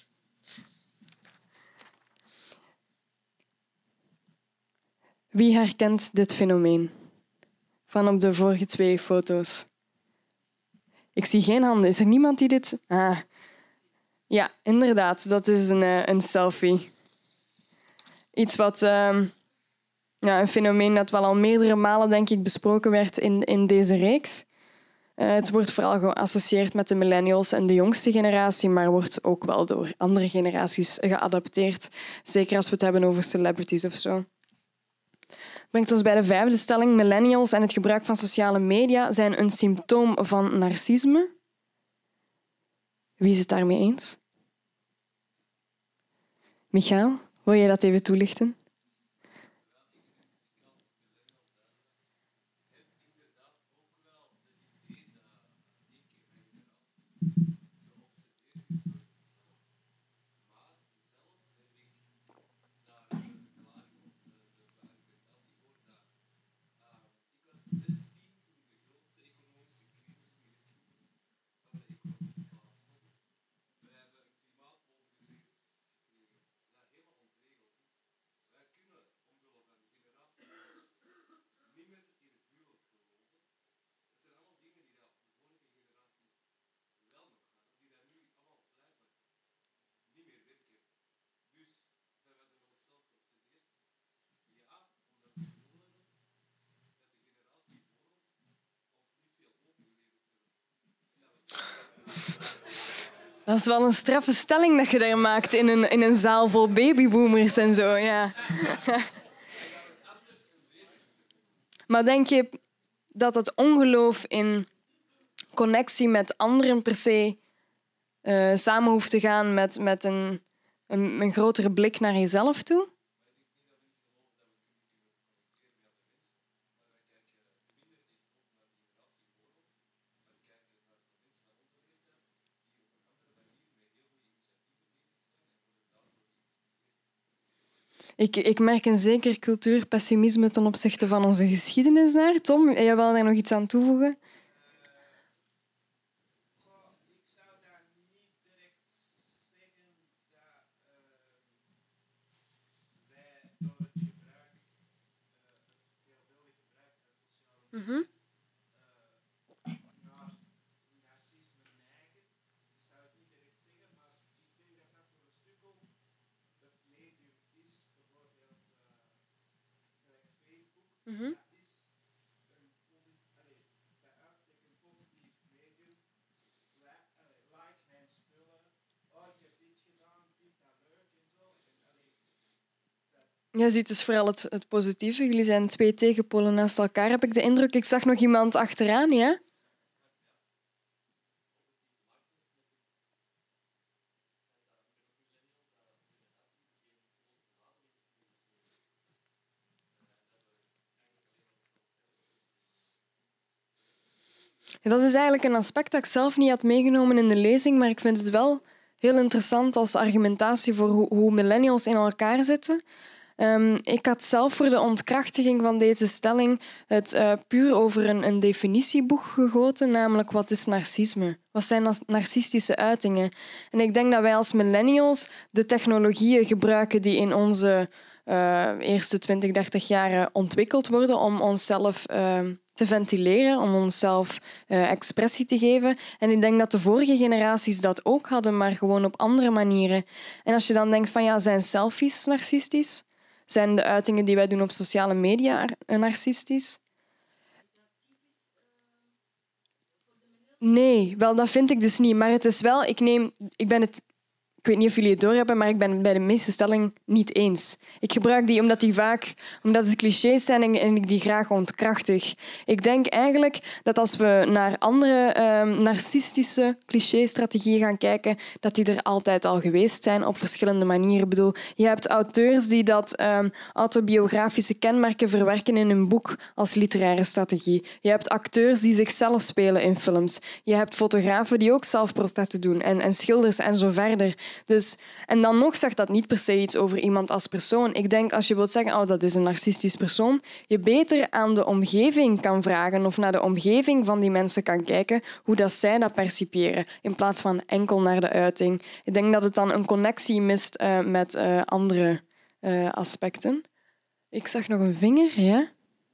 Wie herkent dit fenomeen van op de vorige twee foto's? Ik zie geen handen. Is er niemand die dit... Ah. Ja, inderdaad. Dat is een, uh, een selfie. Iets wat... Uh, ja, een fenomeen dat wel al meerdere malen, denk ik, besproken werd in, in deze reeks. Uh, het wordt vooral geassocieerd met de millennials en de jongste generatie, maar wordt ook wel door andere generaties geadapteerd. Zeker als we het hebben over celebrities of zo. Brengt ons bij de vijfde stelling. Millennials en het gebruik van sociale media zijn een symptoom van narcisme. Wie is het daarmee eens? Michael, wil je dat even toelichten? Dat is wel een straffe stelling dat je daar maakt in een, in een zaal vol babyboomers en zo. Ja. Maar denk je dat het ongeloof in connectie met anderen per se uh, samen hoeft te gaan met, met een, een, een grotere blik naar jezelf toe? Ik, ik merk een zeker cultuurpessimisme ten opzichte van onze geschiedenis daar. Tom, jij wil daar nog iets aan toevoegen? Ik zou daar niet direct zeggen dat uh, wij door het gebruik, uh, het veelvuldig gebruik van sociale media, Mm-hmm. naar narcisme neigen. Ik zou het niet direct zeggen, maar ik denk dat dat voor een stuk ook het medium is, bijvoorbeeld uh, gelijk Facebook. Mm-hmm. Dat is een positief, allee, bij uitstek een positief medium. Like, allee, like mijn spullen. Oh, ik heb dit gedaan, vind dat leuk en zo. En, allee, Je ziet dus vooral het, het positieve. Jullie zijn twee tegenpolen naast elkaar, heb ik de indruk. Ik zag nog iemand achteraan, ja? Dat is eigenlijk een aspect dat ik zelf niet had meegenomen in de lezing, maar ik vind het wel heel interessant als argumentatie voor hoe, hoe millennials in elkaar zitten. Um, ik had zelf voor de ontkrachtiging van deze stelling het uh, puur over een, een definitieboek gegoten, namelijk wat is narcisme? Wat zijn nas- narcistische uitingen? En ik denk dat wij als millennials de technologieën gebruiken die in onze uh, eerste twintig, dertig jaar ontwikkeld worden om onszelf uh, te ventileren, om onszelf uh, expressie te geven. En ik denk dat de vorige generaties dat ook hadden, maar gewoon op andere manieren. En als je dan denkt van ja, zijn selfies narcistisch? Zijn de uitingen die wij doen op sociale media narcistisch? Nee, wel, dat vind ik dus niet. Maar het is wel, ik neem, ik ben het, ik weet niet of jullie het doorhebben, maar ik ben het bij de meeste stellingen niet eens. Ik gebruik die omdat die vaak, omdat het clichés zijn en, en ik die graag ontkrachtig. Ik denk eigenlijk dat als we naar andere um, narcistische cliché-strategieën gaan kijken, dat die er altijd al geweest zijn op verschillende manieren. Ik bedoel, je hebt auteurs die dat um, autobiografische kenmerken verwerken in een boek als literaire strategie. Je hebt acteurs die zichzelf spelen in films. Je hebt fotografen die ook zelfportretten doen en, en schilders en zo verder. Dus, en dan nog zegt dat niet per se iets over iemand als persoon. Ik denk, als je wilt zeggen, oh, dat is een narcistisch persoon, je beter aan de omgeving kan vragen of naar de omgeving van die mensen kan kijken hoe dat zij dat percipiëren, in plaats van enkel naar de uiting. Ik denk dat het dan een connectie mist uh, met uh, andere uh, aspecten. Ik zag nog een vinger, ja?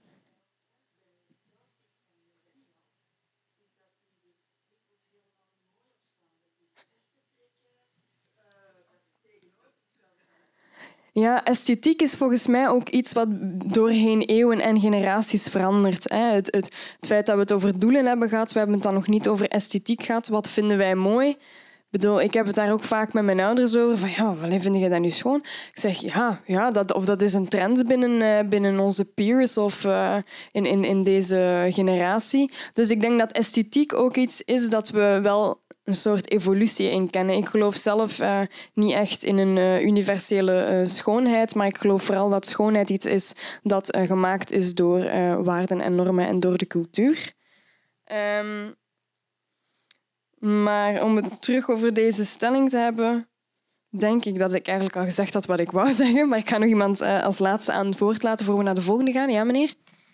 Ja, esthetiek is volgens mij ook iets wat doorheen eeuwen en generaties verandert. Het, het, het feit dat we het over doelen hebben gehad, we hebben het dan nog niet over esthetiek gehad. Wat vinden wij mooi? Ik bedoel, ik heb het daar ook vaak met mijn ouders over. Van, ja, wat vind je dat nu schoon? Ik zeg, ja, ja dat, of dat is een trend binnen, uh, binnen onze peers of uh, in, in, in deze generatie. Dus ik denk dat esthetiek ook iets is dat we wel een soort evolutie in kennen. Ik geloof zelf uh, niet echt in een uh, universele uh, schoonheid, maar ik geloof vooral dat schoonheid iets is dat uh, gemaakt is door uh, waarden en normen en door de cultuur. Um, maar om het terug over deze stelling te hebben, denk ik dat ik eigenlijk al gezegd had wat ik wou zeggen, maar ik ga nog iemand uh, als laatste aan het woord laten voor we naar de volgende gaan. Ja, meneer?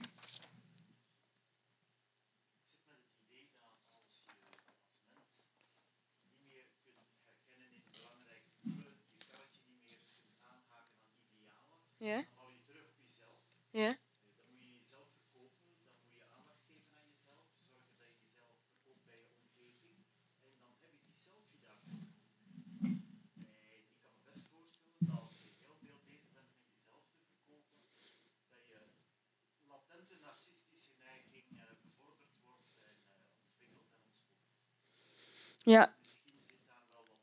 Ja. Dan hou je terug op jezelf. Ja. Dan moet je jezelf verkopen, dan moet je aandacht geven aan jezelf, zorgen dat je jezelf verkoopt bij je omgeving en dan heb je die selfie-dag. Nee, ik kan me best voorstellen dat als je heel veel bezig bent met jezelf te verkopen, dat je latente narcistische neiging uh, bevorderd wordt en uh, ontwikkeld en ontwikkeld. Ja. Misschien zit daar wel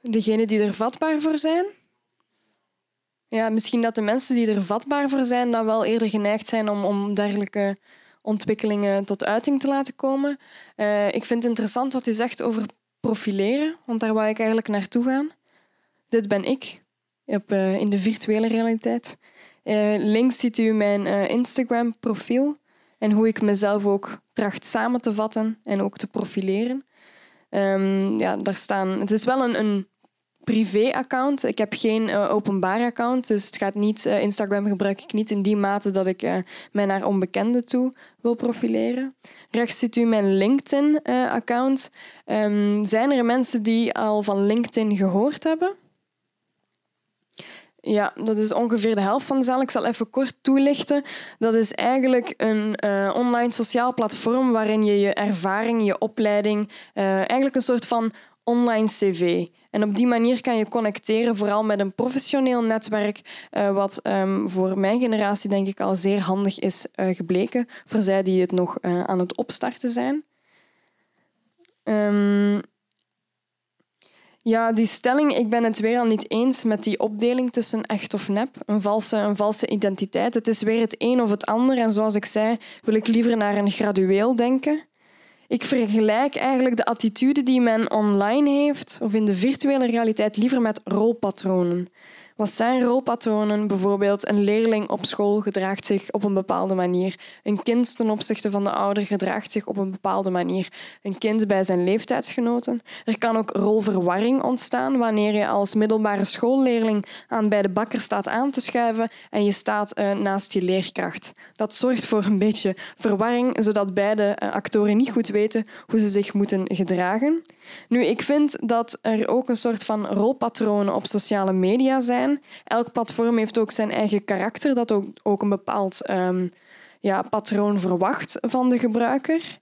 Degenen die er vatbaar voor zijn? Ja, misschien dat de mensen die er vatbaar voor zijn dan wel eerder geneigd zijn om, om dergelijke ontwikkelingen tot uiting te laten komen. Uh, ik vind het interessant wat u zegt over profileren, want daar wou ik eigenlijk naartoe gaan. Dit ben ik, op, uh, in de virtuele realiteit. Uh, links ziet u mijn uh, Instagram-profiel en hoe ik mezelf ook tracht samen te vatten en ook te profileren. Um, ja, daar staan, het is wel een, een privé-account. Ik heb geen uh, openbaar account, dus het gaat niet, uh, Instagram gebruik ik niet in die mate dat ik uh, mij naar onbekenden toe wil profileren. Rechts ziet u mijn LinkedIn-account. Uh, um, zijn er mensen die al van LinkedIn gehoord hebben? Ja, dat is ongeveer de helft van de zaal. Ik zal even kort toelichten. Dat is eigenlijk een uh, online sociaal platform waarin je je ervaring, je opleiding, uh, eigenlijk een soort van online cv. En op die manier kan je connecteren, vooral met een professioneel netwerk, uh, wat um, voor mijn generatie denk ik al zeer handig is uh, gebleken, voor zij die het nog uh, aan het opstarten zijn. Um, Ja, die stelling, ik ben het weer al niet eens met die opdeling tussen echt of nep. Een valse, een valse identiteit. Het is weer het een of het ander. En zoals ik zei, wil ik liever naar een gradueel denken. Ik vergelijk eigenlijk de attitude die men online heeft, of in de virtuele realiteit, liever met rolpatronen. Wat zijn rolpatronen? Bijvoorbeeld een leerling op school gedraagt zich op een bepaalde manier. Een kind ten opzichte van de ouder gedraagt zich op een bepaalde manier. Een kind bij zijn leeftijdsgenoten. Er kan ook rolverwarring ontstaan wanneer je als middelbare schoolleerling aan bij de bakker staat aan te schuiven en je staat uh, naast je leerkracht. Dat zorgt voor een beetje verwarring, zodat beide uh, actoren niet goed weten hoe ze zich moeten gedragen. Nu, ik vind dat er ook een soort van rolpatronen op sociale media zijn. Elk platform heeft ook zijn eigen karakter, dat ook, ook een bepaald um, ja, patroon verwacht van de gebruiker.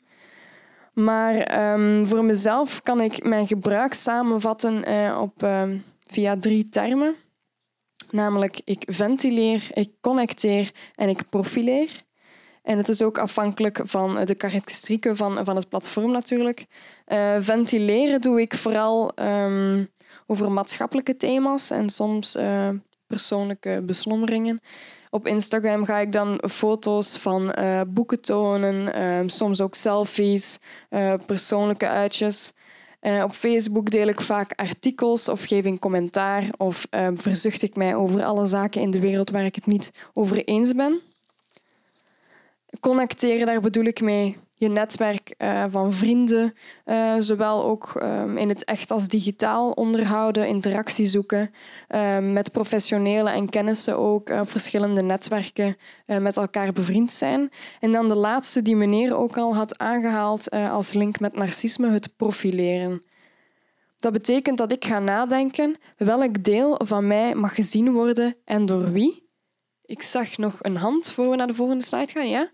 Maar um, voor mezelf kan ik mijn gebruik samenvatten uh, op, uh, via drie termen. Namelijk, ik ventileer, ik connecteer en ik profileer. En het is ook afhankelijk van de karakteristieken van, van het platform natuurlijk. Uh, ventileren doe ik vooral um, over maatschappelijke thema's en soms uh, persoonlijke beslommeringen. Op Instagram ga ik dan foto's van uh, boeken tonen, uh, soms ook selfies, uh, persoonlijke uitjes. Uh, op Facebook deel ik vaak artikels of geef een commentaar of uh, verzucht ik mij over alle zaken in de wereld waar ik het niet over eens ben. Connecteren, daar bedoel ik mee je netwerk uh, van vrienden, uh, zowel ook um, in het echt als digitaal onderhouden, interactie zoeken, uh, met professionelen en kennissen ook uh, op verschillende netwerken uh, met elkaar bevriend zijn. En dan de laatste die meneer ook al had aangehaald uh, als link met narcisme, het profileren. Dat betekent dat ik ga nadenken welk deel van mij mag gezien worden en door wie. Ik zag nog een hand voor we naar de volgende slide gaan, ja?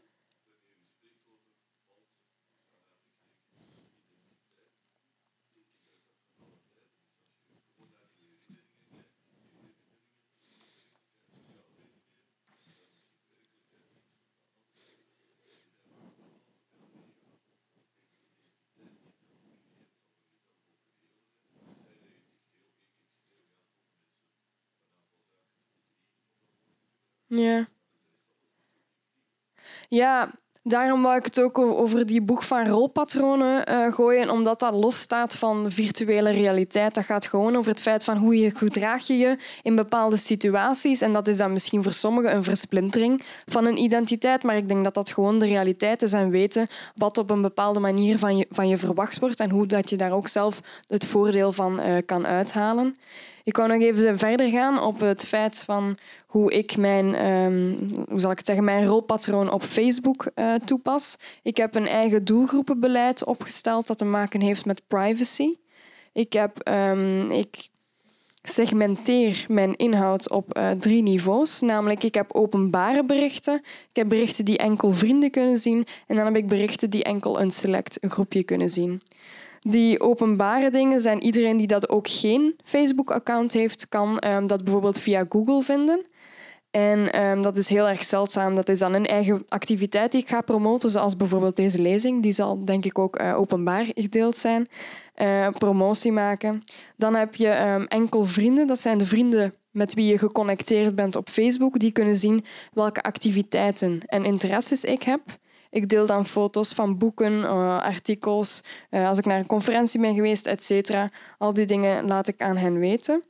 Ja. Ja, daarom wou ik het ook over die boeg van rolpatronen uh, gooien, omdat dat losstaat van virtuele realiteit. Dat gaat gewoon over het feit van hoe je gedraag je je in bepaalde situaties. En dat is dan misschien voor sommigen een versplintering van een identiteit, maar ik denk dat dat gewoon de realiteit is en weten wat op een bepaalde manier van je, van je verwacht wordt en hoe dat je daar ook zelf het voordeel van uh, kan uithalen. Ik wou nog even verder gaan op het feit van hoe ik mijn, um, hoe zal ik het zeggen, mijn rolpatroon op Facebook uh, toepas. Ik heb een eigen doelgroepenbeleid opgesteld dat te maken heeft met privacy. Ik, heb, um, ik segmenteer mijn inhoud op uh, drie niveaus. Namelijk, ik heb openbare berichten. Ik heb berichten die enkel vrienden kunnen zien. En dan heb ik berichten die enkel een select groepje kunnen zien. Die openbare dingen zijn iedereen die dat ook geen Facebook-account heeft, kan um, dat bijvoorbeeld via Google vinden. En um, dat is heel erg zeldzaam. Dat is dan een eigen activiteit die ik ga promoten, zoals bijvoorbeeld deze lezing. Die zal denk ik ook uh, openbaar gedeeld zijn. Uh, promotie maken. Dan heb je um, enkel vrienden. Dat zijn de vrienden met wie je geconnecteerd bent op Facebook. Die kunnen zien welke activiteiten en interesses ik heb. Ik deel dan foto's van boeken, uh, artikels, uh, als ik naar een conferentie ben geweest, et cetera. Al die dingen laat ik aan hen weten.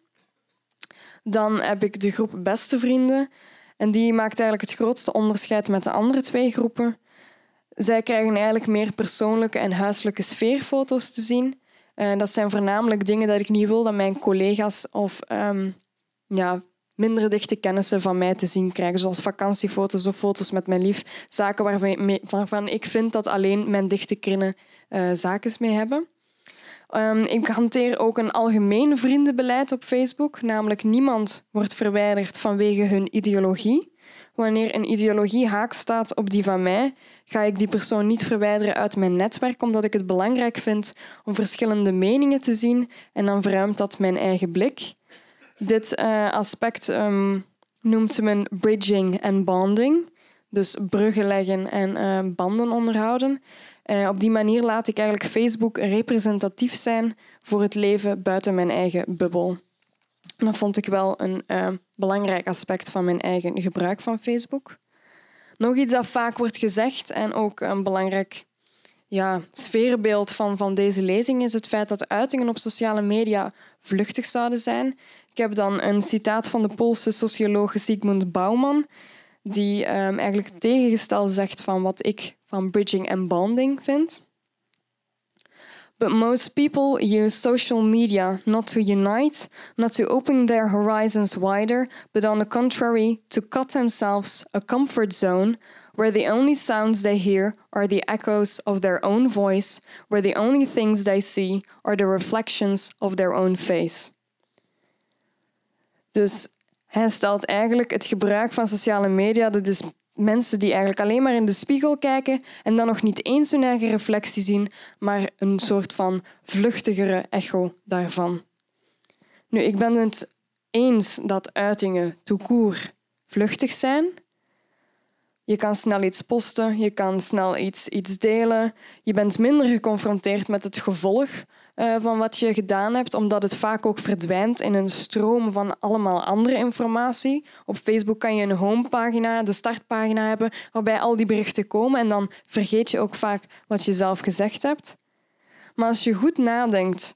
Dan heb ik de groep beste vrienden. En die maakt eigenlijk het grootste onderscheid met de andere twee groepen. Zij krijgen eigenlijk meer persoonlijke en huiselijke sfeerfoto's te zien. Uh, dat zijn voornamelijk dingen dat ik niet wil dat mijn collega's of um, ja, minder dichte kennissen van mij te zien krijgen, zoals vakantiefoto's of foto's met mijn lief. Zaken waarvan, waarvan ik vind dat alleen mijn dichte kringen uh, zaken mee hebben. Um, ik hanteer ook een algemeen vriendenbeleid op Facebook, namelijk niemand wordt verwijderd vanwege hun ideologie. Wanneer een ideologie haak staat op die van mij, ga ik die persoon niet verwijderen uit mijn netwerk, omdat ik het belangrijk vind om verschillende meningen te zien en dan verruimt dat mijn eigen blik. Dit uh, aspect um, noemt men bridging en bonding, dus bruggen leggen en uh, banden onderhouden. Uh, op die manier laat ik eigenlijk Facebook representatief zijn voor het leven buiten mijn eigen bubbel. En dat vond ik wel een uh, belangrijk aspect van mijn eigen gebruik van Facebook. Nog iets dat vaak wordt gezegd en ook een belangrijk ja, sfeerbeeld van, van deze lezing is het feit dat uitingen op sociale media vluchtig zouden zijn. Ik heb dan een citaat van de Poolse socioloog Zygmunt Bauman, die um, eigenlijk tegengesteld zegt van wat ik van bridging en bonding vind. But most people use social media not to unite, not to open their horizons wider, but on the contrary, to cut themselves a comfort zone where the only sounds they hear are the echoes of their own voice, where the only things they see are the reflections of their own face. Dus hij stelt eigenlijk het gebruik van sociale media, dat is mensen die eigenlijk alleen maar in de spiegel kijken en dan nog niet eens hun eigen reflectie zien, maar een soort van vluchtigere echo daarvan. Nu, ik ben het eens dat uitingen tout court vluchtig zijn. Je kan snel iets posten, je kan snel iets, iets delen. Je bent minder geconfronteerd met het gevolg uh, van wat je gedaan hebt, omdat het vaak ook verdwijnt in een stroom van allemaal andere informatie. Op Facebook kan je een homepagina, de startpagina hebben, waarbij al die berichten komen en dan vergeet je ook vaak wat je zelf gezegd hebt. Maar als je goed nadenkt,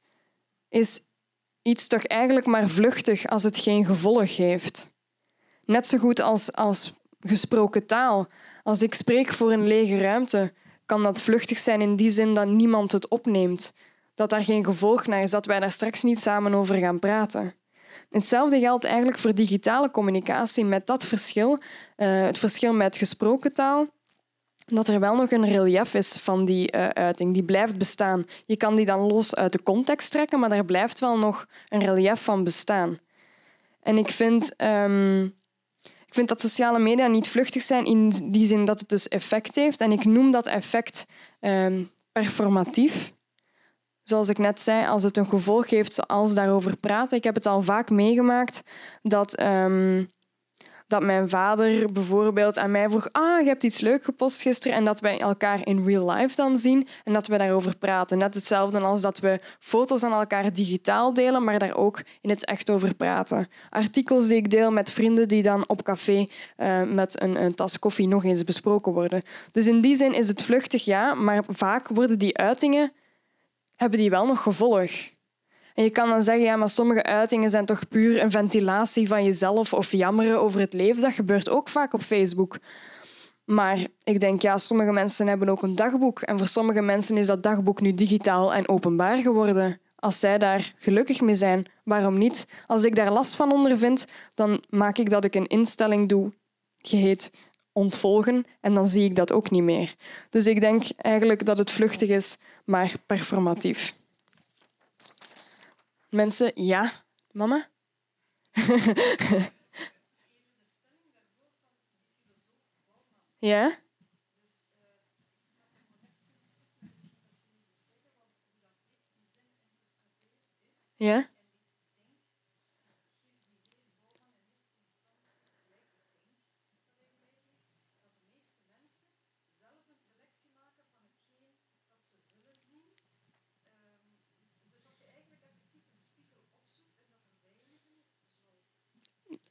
is iets toch eigenlijk maar vluchtig als het geen gevolg heeft. Net zo goed als... als gesproken taal. Als ik spreek voor een lege ruimte, kan dat vluchtig zijn in die zin dat niemand het opneemt. Dat daar geen gevolg naar is, dat wij daar straks niet samen over gaan praten. Hetzelfde geldt eigenlijk voor digitale communicatie met dat verschil, uh, het verschil met gesproken taal, dat er wel nog een relief is van die uh, uiting. Die blijft bestaan. Je kan die dan los uit de context trekken, maar daar blijft wel nog een relief van bestaan. En ik vind... Um, Ik vind dat sociale media niet vluchtig zijn in die zin dat het dus effect heeft. En ik noem dat effect um, performatief. Zoals ik net zei, als het een gevolg heeft zoals daarover praten. Ik heb het al vaak meegemaakt dat, um, dat mijn vader bijvoorbeeld aan mij vroeg ah, je hebt iets leuk gepost gisteren en dat wij elkaar in real life dan zien en dat we daarover praten. Net hetzelfde als dat we foto's aan elkaar digitaal delen, maar daar ook in het echt over praten. Artikels die ik deel met vrienden die dan op café uh, met een, een tas koffie nog eens besproken worden. Dus in die zin is het vluchtig, ja, maar vaak worden die uitingen, hebben die wel nog gevolg. En je kan dan zeggen, ja, maar sommige uitingen zijn toch puur een ventilatie van jezelf of jammeren over het leven. Dat gebeurt ook vaak op Facebook. Maar ik denk, ja, sommige mensen hebben ook een dagboek. En voor sommige mensen is dat dagboek nu digitaal en openbaar geworden. Als zij daar gelukkig mee zijn, waarom niet? Als ik daar last van ondervind, dan maak ik dat ik een instelling doe, geheet ontvolgen, en dan zie ik dat ook niet meer. Dus ik denk eigenlijk dat het vluchtig is, maar performatief. Mensen, ja, mama? Ja? Ja?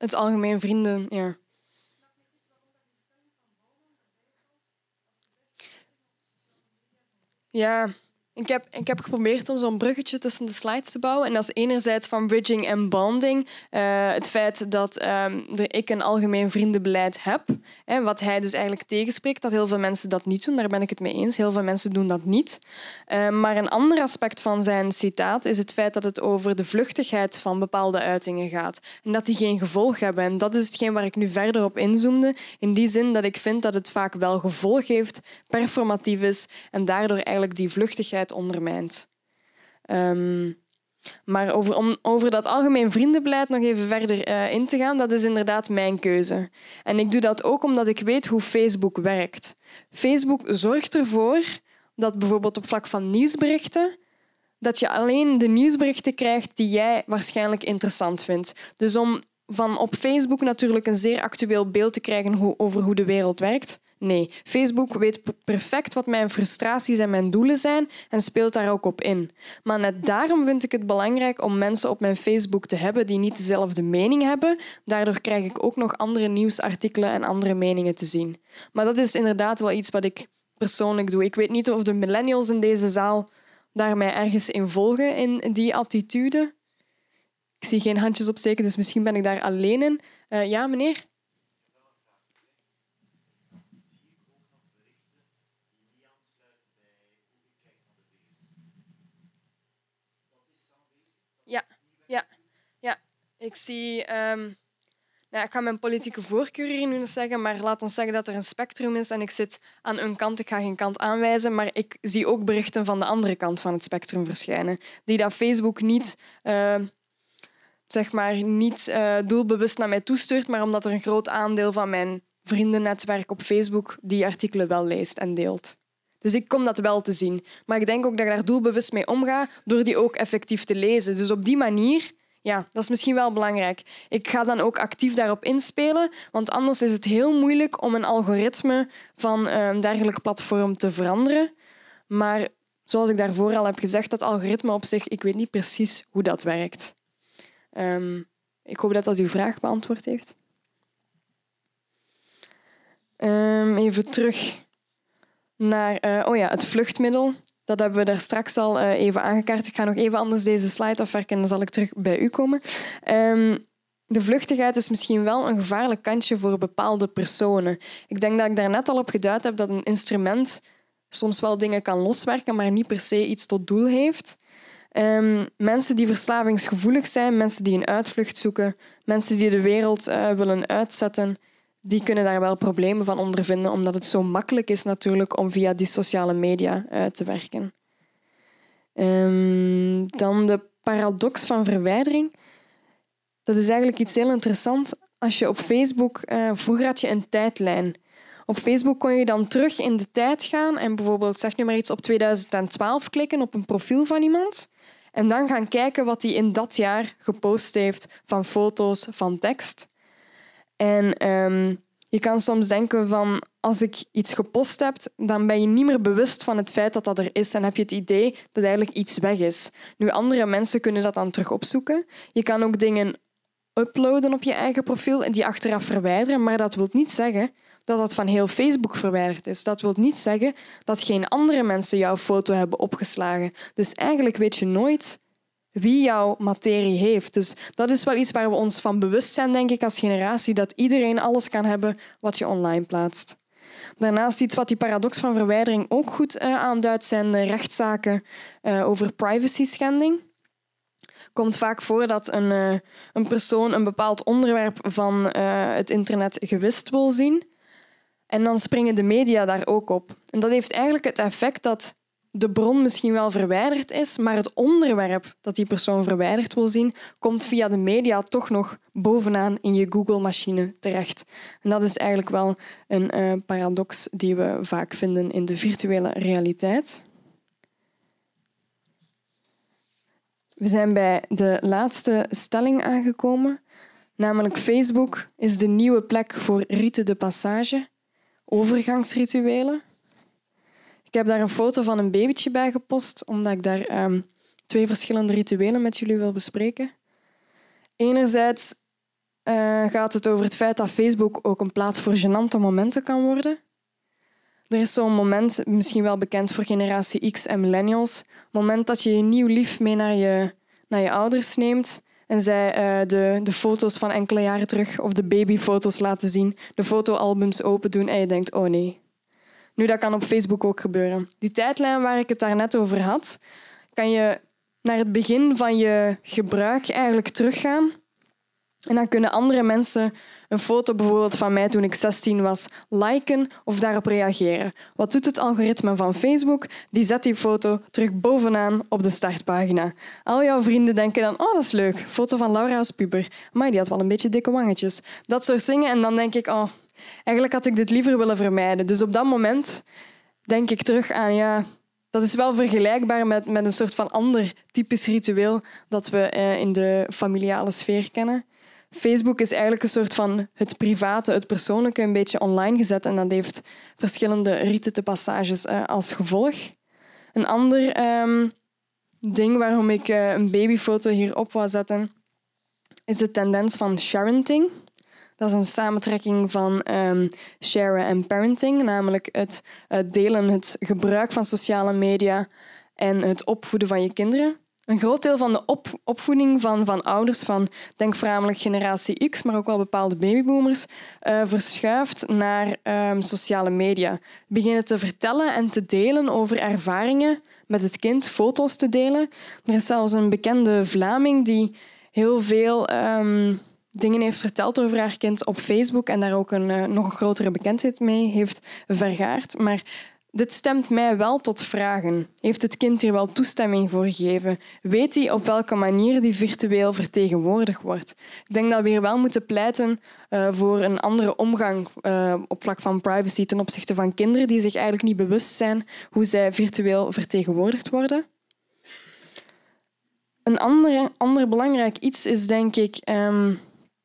het algemeen vrienden... Ja. Ja, ik heb, ik heb geprobeerd om zo'n bruggetje tussen de slides te bouwen. En dat is enerzijds van bridging en bonding. Uh, het feit dat um, er, ik een algemeen vriendenbeleid heb. Hè, wat hij dus eigenlijk tegenspreekt, dat heel veel mensen dat niet doen. Daar ben ik het mee eens. Heel veel mensen doen dat niet. Uh, maar een ander aspect van zijn citaat is het feit dat het over de vluchtigheid van bepaalde uitingen gaat. En dat die geen gevolg hebben. En dat is hetgeen waar ik nu verder op inzoomde. In die zin dat ik vind dat het vaak wel gevolg heeft, performatief is en daardoor eigenlijk die vluchtigheid ondermijnt. Um, maar over, om over dat algemeen vriendenbeleid nog even verder uh, in te gaan, dat is inderdaad mijn keuze. En ik doe dat ook omdat ik weet hoe Facebook werkt. Facebook zorgt ervoor dat bijvoorbeeld op vlak van nieuwsberichten dat je alleen de nieuwsberichten krijgt die jij waarschijnlijk interessant vindt. Dus om van op Facebook natuurlijk een zeer actueel beeld te krijgen hoe, over hoe de wereld werkt. Nee, Facebook weet perfect wat mijn frustraties en mijn doelen zijn en speelt daar ook op in. Maar net daarom vind ik het belangrijk om mensen op mijn Facebook te hebben die niet dezelfde mening hebben. Daardoor krijg ik ook nog andere nieuwsartikelen en andere meningen te zien. Maar dat is inderdaad wel iets wat ik persoonlijk doe. Ik weet niet of de millennials in deze zaal daar mij ergens in volgen, in die attitude. Ik zie geen handjes opsteken, dus misschien ben ik daar alleen in. Uh, ja, meneer? Ja, ja, ja. Ik zie... Um, nou, ik ga mijn politieke voorkeur hier nu zeggen, maar laat ons zeggen dat er een spectrum is en ik zit aan een kant, ik ga geen kant aanwijzen, maar ik zie ook berichten van de andere kant van het spectrum verschijnen, die dat Facebook niet... Uh, zeg maar, niet uh, doelbewust naar mij toestuurt, maar omdat er een groot aandeel van mijn vriendennetwerk op Facebook die artikelen wel leest en deelt. Dus ik kom dat wel te zien. Maar ik denk ook dat ik daar doelbewust mee omga door die ook effectief te lezen. Dus op die manier, ja, dat is misschien wel belangrijk. Ik ga dan ook actief daarop inspelen, want anders is het heel moeilijk om een algoritme van een dergelijk platform te veranderen. Maar zoals ik daarvoor al heb gezegd, dat algoritme op zich, ik weet niet precies hoe dat werkt. Um, ik hoop dat dat uw vraag beantwoord heeft. Um, even terug naar uh, oh ja, het vluchtmiddel. Dat hebben we daar straks al uh, even aangekaart. Ik ga nog even anders deze slide afwerken en dan zal ik terug bij u komen. Um, de vluchtigheid is misschien wel een gevaarlijk kantje voor bepaalde personen. Ik denk dat ik daar net al op geduid heb dat een instrument soms wel dingen kan loswerken, maar niet per se iets tot doel heeft. Um, mensen die verslavingsgevoelig zijn, mensen die een uitvlucht zoeken, mensen die de wereld uh, willen uitzetten, die kunnen daar wel problemen van ondervinden, omdat het zo makkelijk is natuurlijk om via die sociale media uit te werken. Um, dan de paradox van verwijdering. Dat is eigenlijk iets heel interessants. Als je op Facebook... Uh, vroeger had je een tijdlijn. Op Facebook kon je dan terug in de tijd gaan en bijvoorbeeld, zeg nu maar iets, op tweeduizend twaalf klikken op een profiel van iemand en dan gaan kijken wat hij in dat jaar gepost heeft van foto's, van tekst. En um, je kan soms denken van, als ik iets gepost heb, dan ben je niet meer bewust van het feit dat dat er is en heb je het idee dat eigenlijk iets weg is. Nu, andere mensen kunnen dat dan terug opzoeken. Je kan ook dingen uploaden op je eigen profiel en die achteraf verwijderen, maar dat wil niet zeggen dat dat van heel Facebook verwijderd is. Dat wil niet zeggen dat geen andere mensen jouw foto hebben opgeslagen. Dus eigenlijk weet je nooit wie jouw materie heeft. Dus dat is wel iets waar we ons van bewust zijn, denk ik, als generatie, dat iedereen alles kan hebben wat je online plaatst. Daarnaast iets wat die paradox van verwijdering ook goed uh, aanduidt, zijn de rechtszaken uh, over privacy-schending. Het komt vaak voor dat een, uh, een persoon een bepaald onderwerp van uh, het internet gewist wil zien. En dan springen de media daar ook op. En dat heeft eigenlijk het effect dat de bron misschien wel verwijderd is, maar het onderwerp dat die persoon verwijderd wil zien, komt via de media toch nog bovenaan in je Google-machine terecht. En dat is eigenlijk wel een uh, paradox die we vaak vinden in de virtuele realiteit. We zijn bij de laatste stelling aangekomen, namelijk Facebook is de nieuwe plek voor rite de passage, overgangsrituelen. Ik heb daar een foto van een babytje bij gepost, omdat ik daar um, twee verschillende rituelen met jullie wil bespreken. Enerzijds uh, gaat het over het feit dat Facebook ook een plaats voor gênante momenten kan worden. Er is zo'n moment, misschien wel bekend voor generatie X en millennials, het moment dat je je nieuw lief mee naar je, naar je ouders neemt en zij uh, de, de foto's van enkele jaren terug of de babyfoto's laten zien, de fotoalbums open doen en je denkt, oh nee. Nu, dat kan op Facebook ook gebeuren. Die tijdlijn waar ik het daarnet over had, kan je naar het begin van je gebruik eigenlijk teruggaan. En dan kunnen andere mensen een foto bijvoorbeeld van mij toen ik zestien was liken of daarop reageren. Wat doet het algoritme van Facebook? Die zet die foto terug bovenaan op de startpagina. Al jouw vrienden denken dan, oh, dat is leuk. Foto van Laura als puber. Maar die had wel een beetje dikke wangetjes. Dat soort dingen. En dan denk ik, oh, eigenlijk had ik dit liever willen vermijden. Dus op dat moment denk ik terug aan, ja, dat is wel vergelijkbaar met, met een soort van ander typisch ritueel dat we eh, in de familiale sfeer kennen. Facebook is eigenlijk een soort van het private, het persoonlijke een beetje online gezet en dat heeft verschillende riten te passages uh, als gevolg. Een ander um, ding waarom ik uh, een babyfoto hierop wou zetten is de tendens van sharenting. Dat is een samentrekking van um, sharen en parenting, namelijk het uh, delen, het gebruik van sociale media en het opvoeden van je kinderen. Een groot deel van de op- opvoeding van, van ouders, van denk voornamelijk generatie X, maar ook wel bepaalde babyboomers, uh, verschuift naar um, sociale media. Beginnen te vertellen en te delen over ervaringen met het kind, foto's te delen. Er is zelfs een bekende Vlaming die heel veel um, dingen heeft verteld over haar kind op Facebook en daar ook een uh, nog een grotere bekendheid mee heeft vergaard. Maar dit stemt mij wel tot vragen. Heeft het kind hier wel toestemming voor gegeven? Weet hij op welke manier die virtueel vertegenwoordigd wordt? Ik denk dat we hier wel moeten pleiten uh, voor een andere omgang uh, op vlak van privacy ten opzichte van kinderen die zich eigenlijk niet bewust zijn hoe zij virtueel vertegenwoordigd worden. Een andere, ander belangrijk iets is, denk ik, um,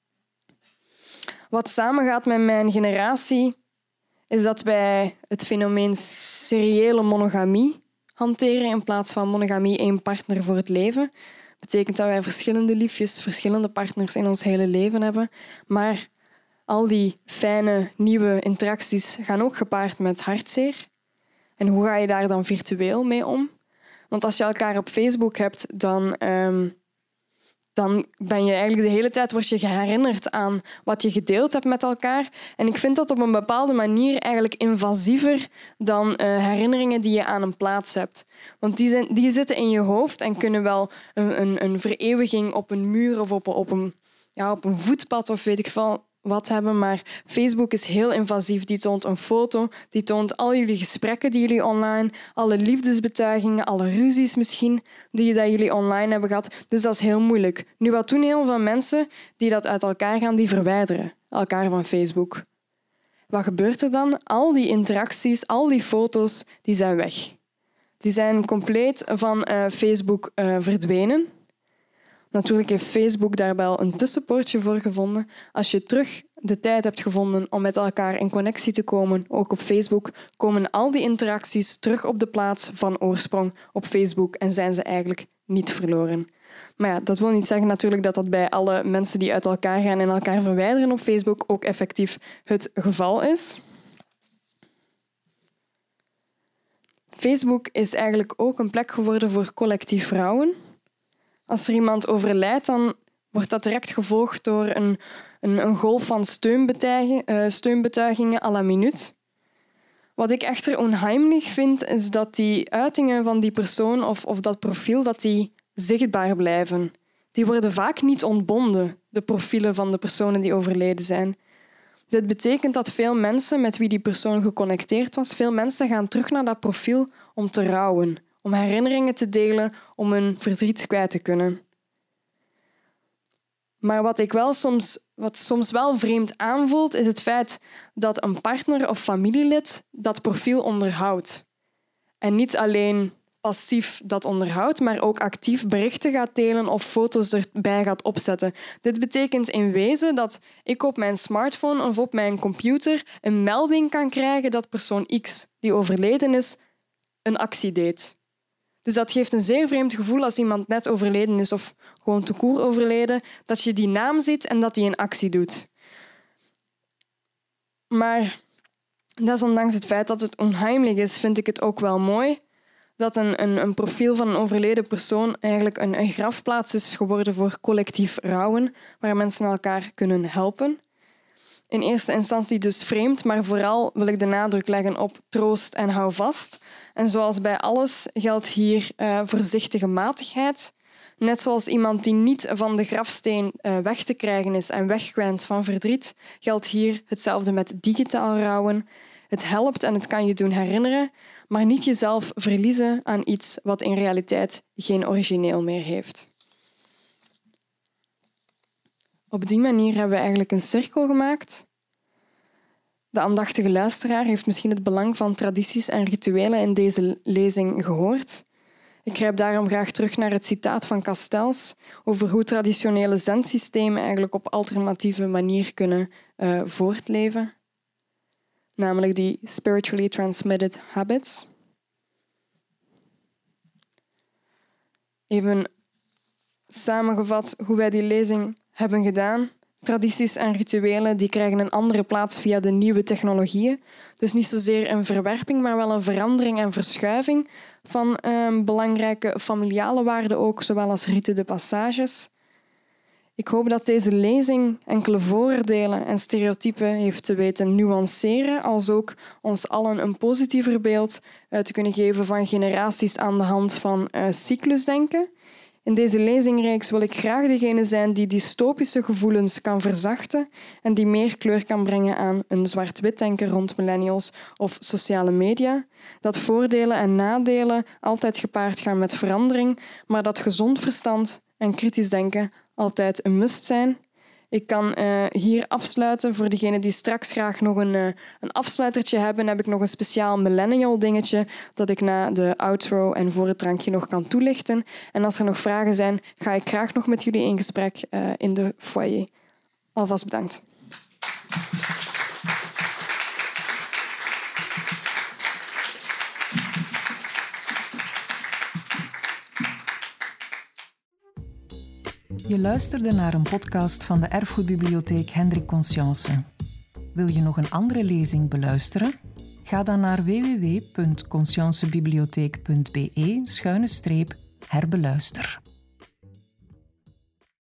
wat samengaat met mijn generatie, is dat wij het fenomeen seriële monogamie hanteren in plaats van monogamie één partner voor het leven. Dat betekent dat wij verschillende liefjes, verschillende partners in ons hele leven hebben. Maar al die fijne, nieuwe interacties gaan ook gepaard met hartzeer. En hoe ga je daar dan virtueel mee om? Want als je elkaar op Facebook hebt, dan, um, dan ben je eigenlijk de hele tijd word je herinnerd aan wat je gedeeld hebt met elkaar. En ik vind dat op een bepaalde manier eigenlijk invasiever dan uh, herinneringen die je aan een plaats hebt. Want die, zijn, die zitten in je hoofd en kunnen wel een, een, een vereeuwiging op een muur of op, op, een, ja, op een voetpad of weet ik veel wat hebben, maar Facebook is heel invasief. Die toont een foto, die toont al jullie gesprekken die jullie online, alle liefdesbetuigingen, alle ruzies misschien die dat jullie online hebben gehad. Dus dat is heel moeilijk. Nu, wat doen heel veel mensen die dat uit elkaar gaan, die verwijderen elkaar van Facebook. Wat gebeurt er dan? Al die interacties, al die foto's, die zijn weg. Die zijn compleet van uh, Facebook uh, verdwenen. Natuurlijk heeft Facebook daar wel een tussenpoortje voor gevonden. Als je terug de tijd hebt gevonden om met elkaar in connectie te komen, ook op Facebook, komen al die interacties terug op de plaats van oorsprong op Facebook en zijn ze eigenlijk niet verloren. Maar ja, dat wil niet zeggen natuurlijk dat dat bij alle mensen die uit elkaar gaan en elkaar verwijderen op Facebook ook effectief het geval is. Facebook is eigenlijk ook een plek geworden voor collectief rouwen. Als er iemand overlijdt, dan wordt dat direct gevolgd door een, een, een golf van steunbetuigingen, uh, steunbetuigingen à la minuut. Wat ik echter onheimelijk vind, is dat die uitingen van die persoon of, of dat profiel dat die zichtbaar blijven. Die worden vaak niet ontbonden, de profielen van de personen die overleden zijn. Dit betekent dat veel mensen met wie die persoon geconnecteerd was, veel mensen gaan terug naar dat profiel om te rouwen, om herinneringen te delen, om hun verdriet kwijt te kunnen. Maar wat ik wel soms, wat soms wel vreemd aanvoelt, is het feit dat een partner of familielid dat profiel onderhoudt. En niet alleen passief dat onderhoudt, maar ook actief berichten gaat delen of foto's erbij gaat opzetten. Dit betekent in wezen dat ik op mijn smartphone of op mijn computer een melding kan krijgen dat persoon X, die overleden is, een actie deed. Dus dat geeft een zeer vreemd gevoel als iemand net overleden is of gewoon te koer overleden, dat je die naam ziet en dat die een actie doet. Maar desondanks het feit dat het onheimelijk is, vind ik het ook wel mooi dat een, een, een profiel van een overleden persoon eigenlijk een, een grafplaats is geworden voor collectief rouwen, waar mensen elkaar kunnen helpen. In eerste instantie dus vreemd, maar vooral wil ik de nadruk leggen op troost en hou vast. En zoals bij alles geldt hier uh, voorzichtige matigheid. Net zoals iemand die niet van de grafsteen uh, weg te krijgen is en wegkwent van verdriet, geldt hier hetzelfde met digitaal rouwen. Het helpt en het kan je doen herinneren, maar niet jezelf verliezen aan iets wat in realiteit geen origineel meer heeft. Op die manier hebben we eigenlijk een cirkel gemaakt. De aandachtige luisteraar heeft misschien het belang van tradities en rituelen in deze lezing gehoord. Ik grijp daarom graag terug naar het citaat van Castells over hoe traditionele zendsystemen eigenlijk op alternatieve manier kunnen uh, voortleven. Namelijk die spiritually transmitted habits. Even samengevat hoe wij die lezing hebben gedaan. Tradities en rituelen die krijgen een andere plaats via de nieuwe technologieën. Dus niet zozeer een verwerping, maar wel een verandering en verschuiving van eh, belangrijke familiale waarden ook, zowel als riten de passages. Ik hoop dat deze lezing enkele vooroordelen en stereotypen heeft te weten nuanceren, als ook ons allen een positiever beeld uh, te kunnen geven van generaties aan de hand van uh, cyclusdenken. In deze lezingreeks wil ik graag degene zijn die dystopische gevoelens kan verzachten en die meer kleur kan brengen aan een zwart-wit denken rond millennials of sociale media. Dat voordelen en nadelen altijd gepaard gaan met verandering, maar dat gezond verstand en kritisch denken altijd een must zijn. Ik kan uh, hier afsluiten. Voor degenen die straks graag nog een, uh, een afsluitertje hebben, heb ik nog een speciaal millennial dingetje dat ik na de outro en voor het drankje nog kan toelichten. En als er nog vragen zijn, ga ik graag nog met jullie in gesprek uh, in de foyer. Alvast bedankt. Je luisterde naar een podcast van de Erfgoedbibliotheek Hendrik Conscience. Wil je nog een andere lezing beluisteren? Ga dan naar w w w punt consciencebibliotheek punt b e schuine streep herbeluister.